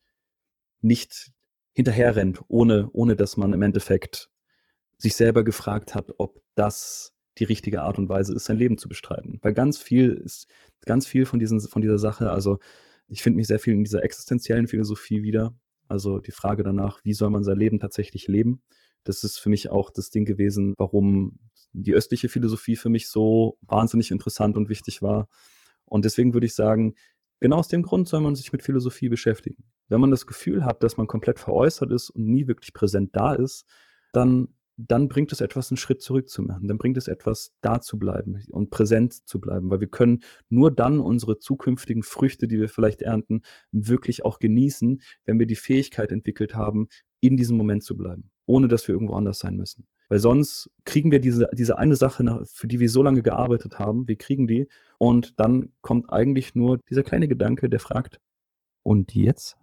Speaker 1: nicht hinterherrennt, ohne, ohne dass man im Endeffekt sich selber gefragt hat, ob das die richtige Art und Weise ist, sein Leben zu bestreiten. Weil ganz viel ist, ganz viel von diesen, von dieser Sache, also ich finde mich sehr viel in dieser existenziellen Philosophie wieder. Also die Frage danach, wie soll man sein Leben tatsächlich leben? Das ist für mich auch das Ding gewesen, warum die östliche Philosophie für mich so wahnsinnig interessant und wichtig war. Und deswegen würde ich sagen, genau aus dem Grund soll man sich mit Philosophie beschäftigen. Wenn man das Gefühl hat, dass man komplett veräußert ist und nie wirklich präsent da ist, dann dann bringt es etwas, einen Schritt zurück zu machen. Dann bringt es etwas, da zu bleiben und präsent zu bleiben, weil wir können nur dann unsere zukünftigen Früchte, die wir vielleicht ernten, wirklich auch genießen, wenn wir die Fähigkeit entwickelt haben, in diesem Moment zu bleiben, ohne dass wir irgendwo anders sein müssen. Weil sonst kriegen wir diese, diese eine Sache, für die wir so lange gearbeitet haben, wir kriegen die und dann kommt eigentlich nur dieser kleine Gedanke, der fragt, und jetzt?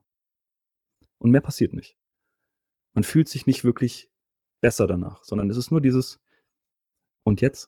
Speaker 1: Und mehr passiert nicht. Man fühlt sich nicht wirklich besser danach, sondern es ist nur dieses und jetzt?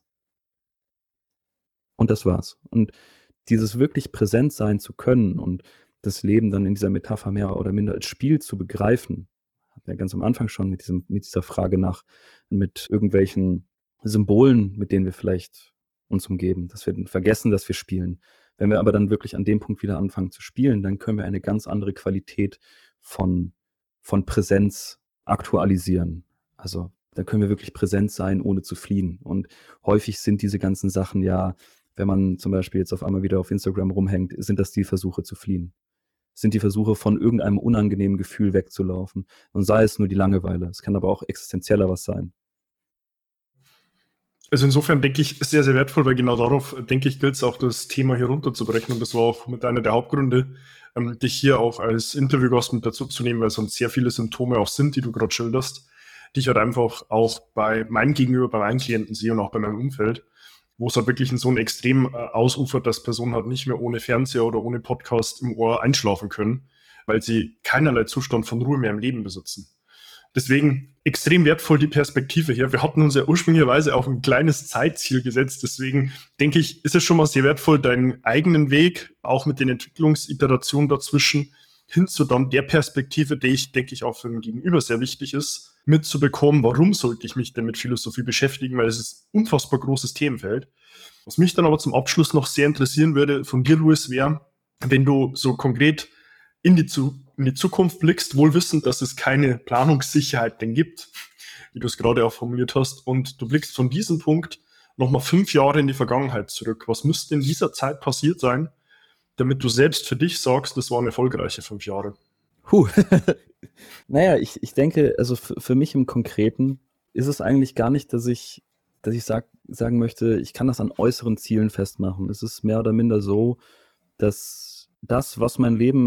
Speaker 1: Und das war's. Und dieses wirklich präsent sein zu können und das Leben dann in dieser Metapher mehr oder minder als Spiel zu begreifen, hatten wir ganz am Anfang schon mit diesem, mit dieser Frage nach, mit irgendwelchen Symbolen, mit denen wir vielleicht uns umgeben, dass wir vergessen, dass wir spielen. Wenn wir aber dann wirklich an dem Punkt wieder anfangen zu spielen, dann können wir eine ganz andere Qualität von, von Präsenz aktualisieren. Also da können wir wirklich präsent sein, ohne zu fliehen. Und häufig sind diese ganzen Sachen ja, wenn man zum Beispiel jetzt auf einmal wieder auf Instagram rumhängt, sind das die Versuche zu fliehen. Sind die Versuche, von irgendeinem unangenehmen Gefühl wegzulaufen. Und sei es nur die Langeweile. Es kann aber auch existenzieller was sein.
Speaker 3: Also insofern denke ich, sehr, sehr wertvoll, weil genau darauf, denke ich, gilt es auch, das Thema hier runterzubrechen. Und das war auch mit einer der Hauptgründe, ähm, dich hier auch als Interviewgast mit dazu zu nehmen, weil sonst sehr viele Symptome auch sind, die du gerade schilderst, die ich halt einfach auch bei meinem Gegenüber, bei meinen Klienten sehe und auch bei meinem Umfeld, wo es halt wirklich in so ein Extrem äh, ausufert, dass Personen halt nicht mehr ohne Fernseher oder ohne Podcast im Ohr einschlafen können, weil sie keinerlei Zustand von Ruhe mehr im Leben besitzen. Deswegen extrem wertvoll die Perspektive hier. Wir hatten uns ja ursprünglicherweise auch ein kleines Zeitziel gesetzt. Deswegen denke ich, ist es schon mal sehr wertvoll, deinen eigenen Weg, auch mit den Entwicklungsiterationen dazwischen, hin zu dann der Perspektive, die ich, denke ich, auch für den Gegenüber sehr wichtig ist, mitzubekommen, warum sollte ich mich denn mit Philosophie beschäftigen, weil es ist ein unfassbar großes Themenfeld. Was mich dann aber zum Abschluss noch sehr interessieren würde von dir, Louis, wäre, wenn du so konkret in die, Zu- in die Zukunft blickst, wohl wissend, dass es keine Planungssicherheit denn gibt, wie du es gerade auch formuliert hast, und du blickst von diesem Punkt nochmal fünf Jahre in die Vergangenheit zurück. Was müsste in dieser Zeit passiert sein, damit du selbst für dich sagst, das waren erfolgreiche fünf Jahre?
Speaker 1: Puh. Naja, ich, ich denke, also für, für mich im Konkreten ist es eigentlich gar nicht, dass ich, dass ich sag, sagen möchte, ich kann das an äußeren Zielen festmachen. Es ist mehr oder minder so, dass das, was mein Leben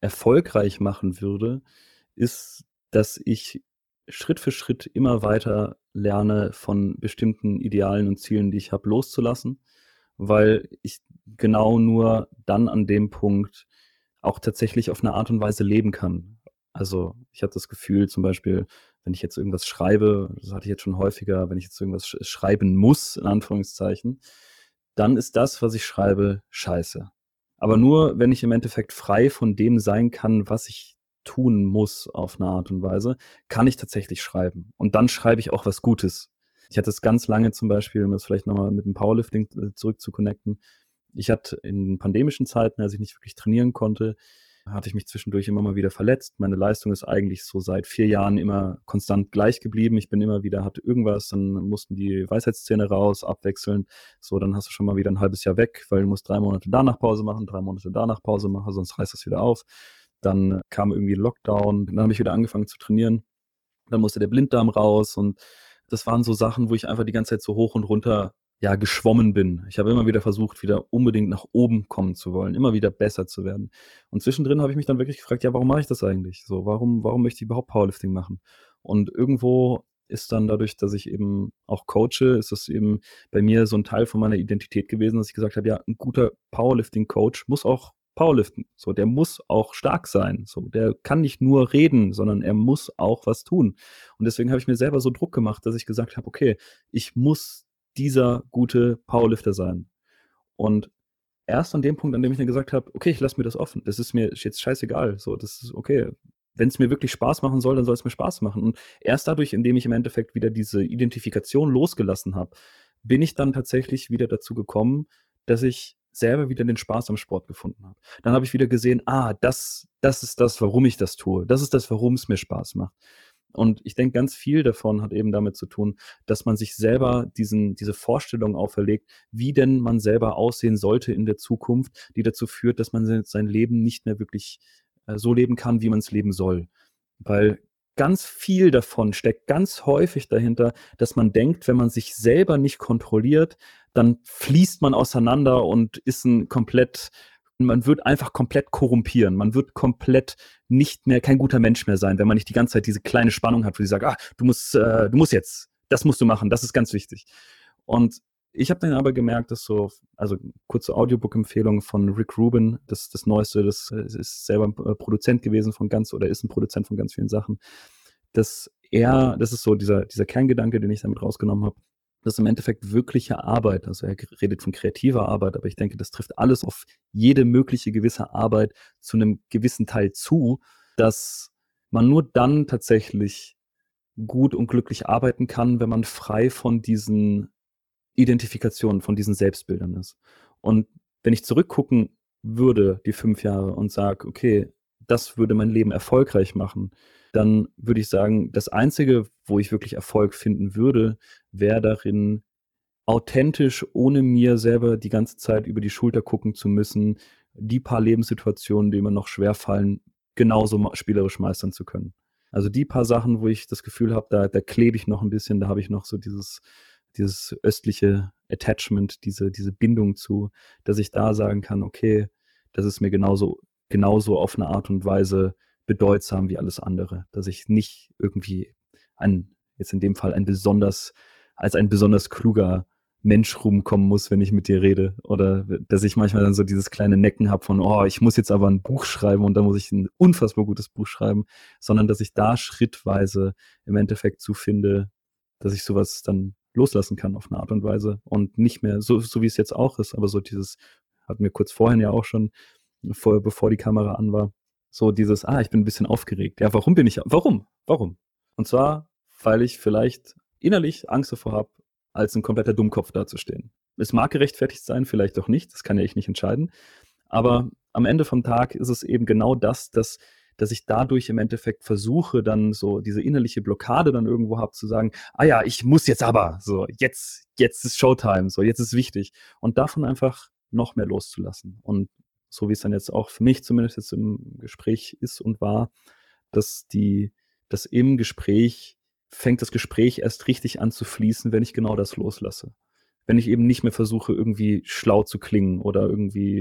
Speaker 1: erfolgreich machen würde, ist, dass ich Schritt für Schritt immer weiter lerne, von bestimmten Idealen und Zielen, die ich habe, loszulassen, weil ich genau nur dann an dem Punkt auch tatsächlich auf eine Art und Weise leben kann. Also ich habe das Gefühl zum Beispiel, wenn ich jetzt irgendwas schreibe, das hatte ich jetzt schon häufiger, wenn ich jetzt irgendwas sch schreiben muss, in Anführungszeichen, dann ist das, was ich schreibe, scheiße. Aber nur, wenn ich im Endeffekt frei von dem sein kann, was ich tun muss auf eine Art und Weise, kann ich tatsächlich schreiben. Und dann schreibe ich auch was Gutes. Ich hatte es ganz lange zum Beispiel, um das vielleicht nochmal mit dem Powerlifting äh, zurück zu connecten. Ich hatte in pandemischen Zeiten, als ich nicht wirklich trainieren konnte, hatte ich mich zwischendurch immer mal wieder verletzt. Meine Leistung ist eigentlich so seit vier Jahren immer konstant gleich geblieben. Ich bin immer wieder, hatte irgendwas, dann mussten die Weisheitszähne raus, abwechselnd. So, dann hast du schon mal wieder ein halbes Jahr weg, weil du musst drei Monate danach Pause machen, drei Monate danach Pause machen, sonst reißt das wieder auf. Dann kam irgendwie ein Lockdown, dann habe ich wieder angefangen zu trainieren. Dann musste der Blinddarm raus und das waren so Sachen, wo ich einfach die ganze Zeit so hoch und runter ja, geschwommen bin. Ich habe immer wieder versucht, wieder unbedingt nach oben kommen zu wollen, immer wieder besser zu werden. Und zwischendrin habe ich mich dann wirklich gefragt, ja, warum mache ich das eigentlich? So, warum, warum möchte ich überhaupt Powerlifting machen? Und irgendwo ist dann dadurch, dass ich eben auch coache, ist das eben bei mir so ein Teil von meiner Identität gewesen, dass ich gesagt habe, ja, ein guter Powerlifting-Coach muss auch Powerliften. So, der muss auch stark sein. So, der kann nicht nur reden, sondern er muss auch was tun. Und deswegen habe ich mir selber so Druck gemacht, dass ich gesagt habe, okay, ich muss dieser gute Powerlifter sein. Und erst an dem Punkt, an dem ich dann gesagt habe, okay, ich lasse mir das offen. Das ist mir jetzt scheißegal. So, das ist okay. Wenn es mir wirklich Spaß machen soll, dann soll es mir Spaß machen. Und erst dadurch, indem ich im Endeffekt wieder diese Identifikation losgelassen habe, bin ich dann tatsächlich wieder dazu gekommen, dass ich selber wieder den Spaß am Sport gefunden habe. Dann habe ich wieder gesehen, ah, das, das ist das, warum ich das tue. Das ist das, warum es mir Spaß macht. Und ich denke, ganz viel davon hat eben damit zu tun, dass man sich selber diesen, diese Vorstellung auferlegt, wie denn man selber aussehen sollte in der Zukunft, die dazu führt, dass man sein Leben nicht mehr wirklich äh, so leben kann, wie man es leben soll. Weil ganz viel davon steckt ganz häufig dahinter, dass man denkt, wenn man sich selber nicht kontrolliert, dann fließt man auseinander und ist ein komplett, man wird einfach komplett korrumpieren. Man wird komplett nicht mehr, kein guter Mensch mehr sein, wenn man nicht die ganze Zeit diese kleine Spannung hat, wo sie sagt, ah, du musst, äh, du musst jetzt, das musst du machen, das ist ganz wichtig. Und ich habe dann aber gemerkt, dass so, also kurze Audiobook-Empfehlung von Rick Rubin, das das Neueste, das ist selber ein Produzent gewesen von ganz, oder ist ein Produzent von ganz vielen Sachen, dass er, das ist so dieser, dieser Kerngedanke, den ich damit rausgenommen habe, dass im Endeffekt wirkliche Arbeit, also er redet von kreativer Arbeit, aber ich denke, das trifft alles auf jede mögliche gewisse Arbeit zu einem gewissen Teil zu, dass man nur dann tatsächlich gut und glücklich arbeiten kann, wenn man frei von diesen Identifikationen, von diesen Selbstbildern ist. Und wenn ich zurückgucken würde, die fünf Jahre, und sage, okay, das würde mein Leben erfolgreich machen, dann würde ich sagen, das Einzige, wo ich wirklich Erfolg finden würde, wäre darin, authentisch, ohne mir selber die ganze Zeit über die Schulter gucken zu müssen, die paar Lebenssituationen, die mir noch schwerfallen, genauso ma- spielerisch meistern zu können. Also die paar Sachen, wo ich das Gefühl habe, da, da klebe ich noch ein bisschen, da habe ich noch so dieses, dieses östliche Attachment, diese, diese Bindung zu, dass ich da sagen kann, okay, das ist mir genauso, genauso auf eine Art und Weise bedeutsam wie alles andere. Dass ich nicht irgendwie ein, jetzt in dem Fall ein besonders, als ein besonders kluger Mensch rumkommen muss, wenn ich mit dir rede. Oder dass ich manchmal dann so dieses kleine Necken habe von, oh, ich muss jetzt aber ein Buch schreiben und dann muss ich ein unfassbar gutes Buch schreiben, sondern dass ich da schrittweise im Endeffekt zu finde, dass ich sowas dann loslassen kann auf eine Art und Weise und nicht mehr so, so wie es jetzt auch ist, aber so dieses, hatten wir kurz vorhin ja auch schon, vor, bevor die Kamera an war, so dieses, ah, ich bin ein bisschen aufgeregt. Ja, warum bin ich, warum? Warum? Und zwar, weil ich vielleicht innerlich Angst davor habe, als ein kompletter Dummkopf dazustehen. Es mag gerechtfertigt sein, vielleicht auch nicht, das kann ja ich nicht entscheiden, aber am Ende vom Tag ist es eben genau das, dass, dass ich dadurch im Endeffekt versuche, dann so diese innerliche Blockade dann irgendwo habe, zu sagen, ah ja, ich muss jetzt aber, so, jetzt, jetzt ist Showtime, so, jetzt ist wichtig. Und davon einfach noch mehr loszulassen. Und so wie es dann jetzt auch für mich zumindest jetzt im Gespräch ist und war, dass die, dass im Gespräch fängt das Gespräch erst richtig an zu fließen, wenn ich genau das loslasse. Wenn ich eben nicht mehr versuche, irgendwie schlau zu klingen oder irgendwie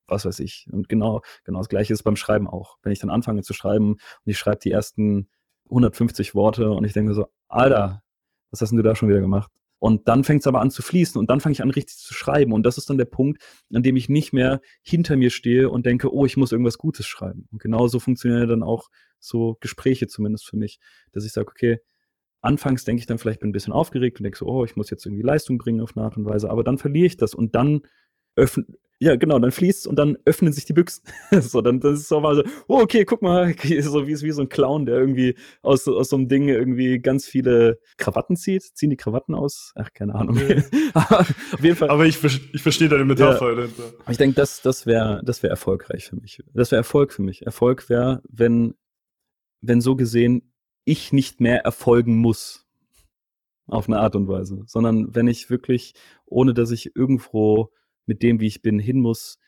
Speaker 1: was weiß ich. Und genau, genau das Gleiche ist beim Schreiben auch. Wenn ich dann anfange zu schreiben und ich schreibe die ersten hundertfünfzig Worte und ich denke mir so, Alter, was hast denn du da schon wieder gemacht? Und dann fängt es aber an zu fließen und dann fange ich an, richtig zu schreiben. Und das ist dann der Punkt, an dem ich nicht mehr hinter mir stehe und denke, oh, ich muss irgendwas Gutes schreiben. Und genauso funktionieren dann auch so Gespräche zumindest für mich, dass ich sage, okay, anfangs denke ich dann vielleicht, bin ein bisschen aufgeregt und denke so, oh, ich muss jetzt irgendwie Leistung bringen auf eine Art und Weise, aber dann verliere ich das und dann öffnen, ja genau, dann fließt es und dann öffnen sich die Büchsen. So, dann das ist so mal so, oh, okay, guck mal, so wie, wie so ein Clown, der irgendwie aus, aus so einem Ding irgendwie ganz viele Krawatten zieht. Ziehen die Krawatten aus? Ach, keine Ahnung.
Speaker 3: Nee.
Speaker 1: Auf jeden Fall.
Speaker 3: Aber ich, ich verstehe deine Metapher.
Speaker 1: Ja. Ich denke, das, das wäre das wär erfolgreich für mich. Das wäre Erfolg für mich. Erfolg wäre, wenn, wenn so gesehen ich nicht mehr erfolgen muss. Auf eine Art und Weise. Sondern wenn ich wirklich, ohne dass ich irgendwo mit dem, wie ich bin, hin muss,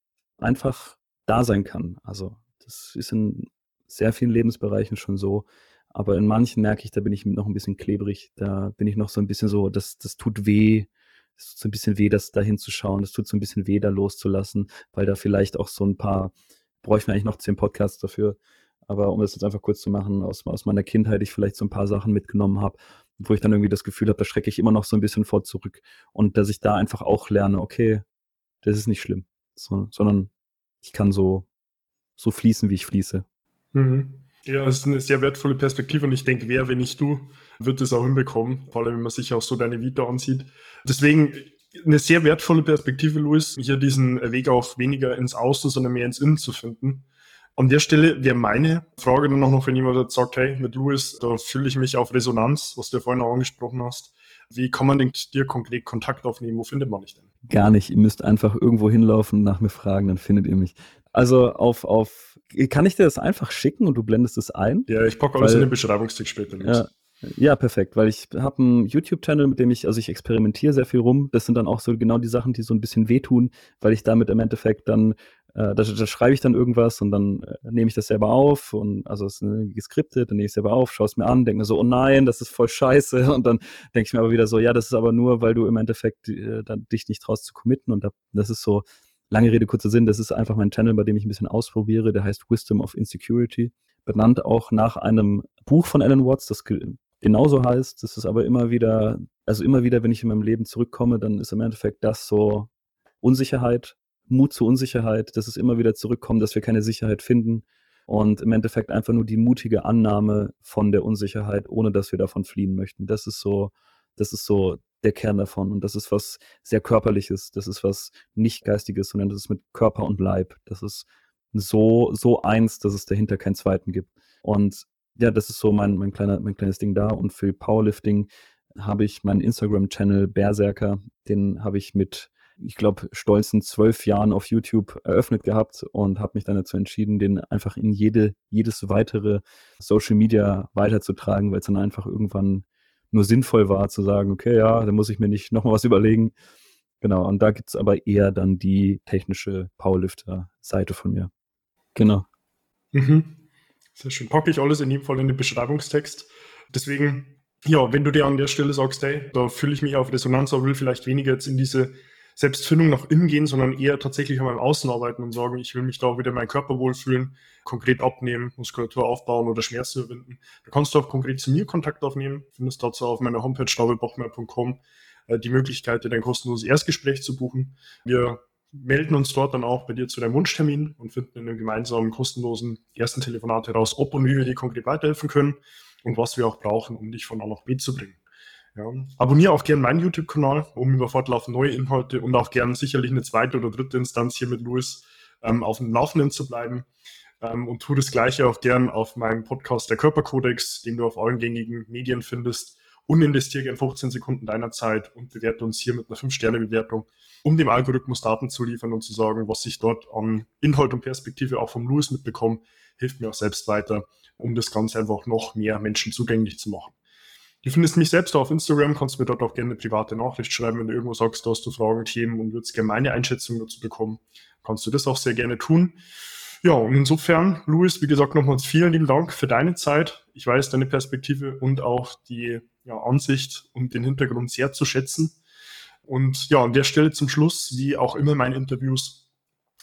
Speaker 1: einfach da sein kann. Also das ist in sehr vielen Lebensbereichen schon so, aber in manchen merke ich, da bin ich noch ein bisschen klebrig, da bin ich noch so ein bisschen so, das, das tut weh, es tut so ein bisschen weh, das da hinzuschauen, es tut so ein bisschen weh, da loszulassen, weil da vielleicht auch so ein paar, bräuchten wir eigentlich noch zehn Podcasts dafür, aber um das jetzt einfach kurz zu machen, aus, aus meiner Kindheit ich vielleicht so ein paar Sachen mitgenommen habe, wo ich dann irgendwie das Gefühl habe, da schrecke ich immer noch so ein bisschen vor zurück und dass ich da einfach auch lerne, okay, das ist nicht schlimm, so, sondern ich kann so, so fließen, wie ich fließe.
Speaker 3: Mhm. Ja, das ist eine sehr wertvolle Perspektive und ich denke, wer, wenn nicht du, wird es auch hinbekommen, vor allem, wenn man sich auch so deine Vita ansieht. Deswegen eine sehr wertvolle Perspektive, Luis, hier diesen Weg auch weniger ins Außen, sondern mehr ins Innen zu finden. An der Stelle wäre meine Frage dann auch noch, wenn jemand sagt, hey, mit Luis, da fühle ich mich auf Resonanz, was du ja vorhin auch angesprochen hast. Wie kann man denn dir konkret Kontakt aufnehmen? Wo findet man dich denn?
Speaker 1: Gar nicht. Ihr müsst einfach irgendwo hinlaufen, nach mir fragen, dann findet ihr mich. Also auf, auf, kann ich dir das einfach schicken und du blendest es ein?
Speaker 3: Ja, ich packe alles weil, in den Beschreibungstext später.
Speaker 1: Ja, ja, perfekt, weil ich habe einen YouTube-Channel, mit dem ich, also ich experimentiere sehr viel rum. Das sind dann auch so genau die Sachen, die so ein bisschen wehtun, weil ich damit im Endeffekt dann, äh, da, da schreibe ich dann irgendwas und dann äh, nehme ich das selber auf und also es ist äh, geskriptet, dann nehme ich es selber auf, schaue es mir an, denke mir so, oh nein, das ist voll scheiße und dann denke ich mir aber wieder so, ja, das ist aber nur, weil du im Endeffekt äh, dann, dich nicht traust zu committen und da, das ist so, lange Rede, kurzer Sinn, das ist einfach mein Channel, bei dem ich ein bisschen ausprobiere, der heißt Wisdom of Insecurity, benannt auch nach einem Buch von Alan Watts, das genauso heißt. Das ist aber immer wieder, also immer wieder, wenn ich in meinem Leben zurückkomme, dann ist im Endeffekt das so Unsicherheit, Mut zur Unsicherheit, dass es immer wieder zurückkommt, dass wir keine Sicherheit finden und im Endeffekt einfach nur die mutige Annahme von der Unsicherheit, ohne dass wir davon fliehen möchten. Das ist so, das ist so der Kern davon und das ist was sehr Körperliches, das ist was nicht Geistiges, sondern das ist mit Körper und Leib. Das ist so, so eins, dass es dahinter keinen zweiten gibt. Und ja, das ist so mein, mein, kleiner, mein kleines Ding da. Und für Powerlifting habe ich meinen Instagram-Channel Berserker, den habe ich mit, ich glaube, stolzen zwölf Jahren auf YouTube eröffnet gehabt und habe mich dann dazu entschieden, den einfach in jede, jedes weitere Social Media weiterzutragen, weil es dann einfach irgendwann nur sinnvoll war zu sagen, okay, ja, da muss ich mir nicht nochmal was überlegen. Genau, und da gibt es aber eher dann die technische Powerlifter-Seite von mir. Genau.
Speaker 3: Mhm. Sehr schön. Packe ich alles in jedem Fall in den Beschreibungstext. Deswegen, ja, wenn du dir an der Stelle sagst, hey, da fühle ich mich auf Resonanz, aber will vielleicht weniger jetzt in diese Selbstfindung nach innen gehen, sondern eher tatsächlich an meinem Außen arbeiten und sagen, ich will mich da wieder in meinen Körper wohlfühlen, konkret abnehmen, Muskulatur aufbauen oder Schmerzen überwinden. Da kannst du auch konkret zu mir Kontakt aufnehmen. Findest dazu auf meiner Homepage david bachmeier punkt com äh, die Möglichkeit, dir dein kostenloses Erstgespräch zu buchen. Wir melden uns dort dann auch bei dir zu deinem Wunschtermin und finden in einem gemeinsamen kostenlosen ersten Telefonat heraus, ob und wie wir dir konkret weiterhelfen können und was wir auch brauchen, um dich von A nach B zu bringen. Ja. Abonniere auch gerne meinen YouTube-Kanal, um über fortlaufend neue Inhalte und auch gerne sicherlich eine zweite oder dritte Instanz hier mit Luis ähm, auf dem Laufenden zu bleiben. Ähm, und tu das Gleiche auch gern auf meinem Podcast Der Körperkodex, den du auf allen gängigen Medien findest. Und investiere gerne fünfzehn Sekunden deiner Zeit und bewerte uns hier mit einer fünf Sterne Bewertung, um dem Algorithmus Daten zu liefern und zu sagen, was ich dort an Inhalt und Perspektive auch vom Luis mitbekomme, hilft mir auch selbst weiter, um das Ganze einfach noch mehr Menschen zugänglich zu machen. Du findest mich selbst auf Instagram, kannst mir dort auch gerne eine private Nachricht schreiben, wenn du irgendwo sagst, da hast du Fragen, Themen und würdest gerne meine Einschätzung dazu bekommen, kannst du das auch sehr gerne tun. Ja, und insofern, Luis, wie gesagt, nochmals vielen lieben Dank für deine Zeit. Ich weiß deine Perspektive und auch die ja, Ansicht und den Hintergrund sehr zu schätzen. Und ja, an der Stelle zum Schluss, wie auch immer meine Interviews,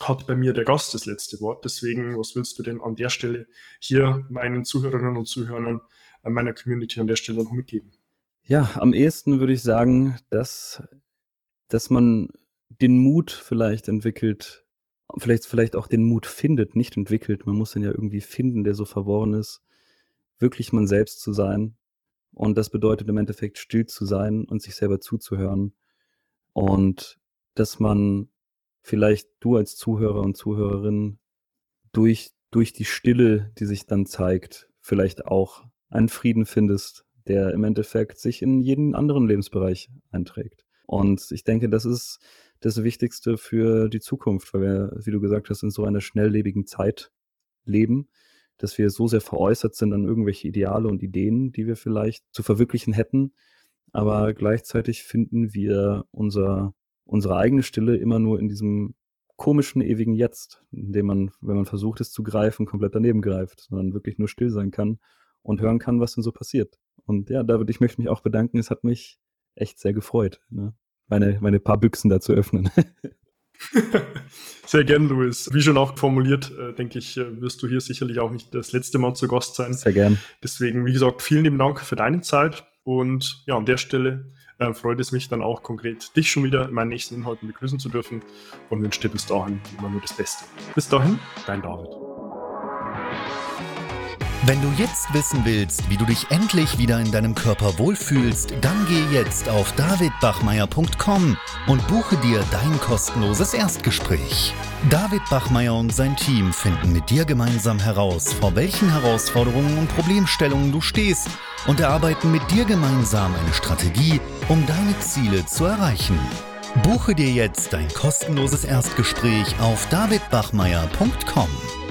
Speaker 3: hat bei mir der Gast das letzte Wort. Deswegen, was willst du denn an der Stelle hier meinen Zuhörerinnen und Zuhörern, meiner Community an der Stelle noch mitgeben?
Speaker 1: Ja, am ehesten würde ich sagen, dass, dass man den Mut vielleicht entwickelt, vielleicht, vielleicht auch den Mut findet, nicht entwickelt. Man muss den ja irgendwie finden, der so verworren ist, wirklich man selbst zu sein. Und das bedeutet im Endeffekt still zu sein und sich selber zuzuhören. Und dass man vielleicht du als Zuhörer und Zuhörerin durch, durch die Stille, die sich dann zeigt, vielleicht auch einen Frieden findest, der im Endeffekt sich in jeden anderen Lebensbereich einträgt. Und ich denke, das ist das Wichtigste für die Zukunft, weil wir, wie du gesagt hast, in so einer schnelllebigen Zeit leben, dass wir so sehr veräußert sind an irgendwelche Ideale und Ideen, die wir vielleicht zu verwirklichen hätten. Aber gleichzeitig finden wir unser, unsere eigene Stille immer nur in diesem komischen, ewigen Jetzt, in dem man, wenn man versucht, es zu greifen, komplett daneben greift, sondern wirklich nur still sein kann und hören kann, was denn so passiert. Und ja, David, ich möchte mich auch bedanken. Es hat mich echt sehr gefreut, ne? meine, meine paar Büchsen da zu öffnen.
Speaker 3: Sehr gern, Louis. Wie schon auch formuliert, äh, denke ich, äh, wirst du hier sicherlich auch nicht das letzte Mal zu Gast sein.
Speaker 1: Sehr gern.
Speaker 3: Deswegen, wie gesagt, vielen lieben Dank für deine Zeit. Und ja, an der Stelle äh, freut es mich dann auch konkret, dich schon wieder in meinen nächsten Inhalten begrüßen zu dürfen und wünsche dir bis dahin immer nur das Beste. Bis dahin, dein David.
Speaker 2: Wenn du jetzt wissen willst, wie du dich endlich wieder in deinem Körper wohlfühlst, dann geh jetzt auf david bachmeier punkt com und buche dir dein kostenloses Erstgespräch. David Bachmeier und sein Team finden mit dir gemeinsam heraus, vor welchen Herausforderungen und Problemstellungen du stehst und erarbeiten mit dir gemeinsam eine Strategie, um deine Ziele zu erreichen. Buche dir jetzt dein kostenloses Erstgespräch auf david bachmeier punkt com.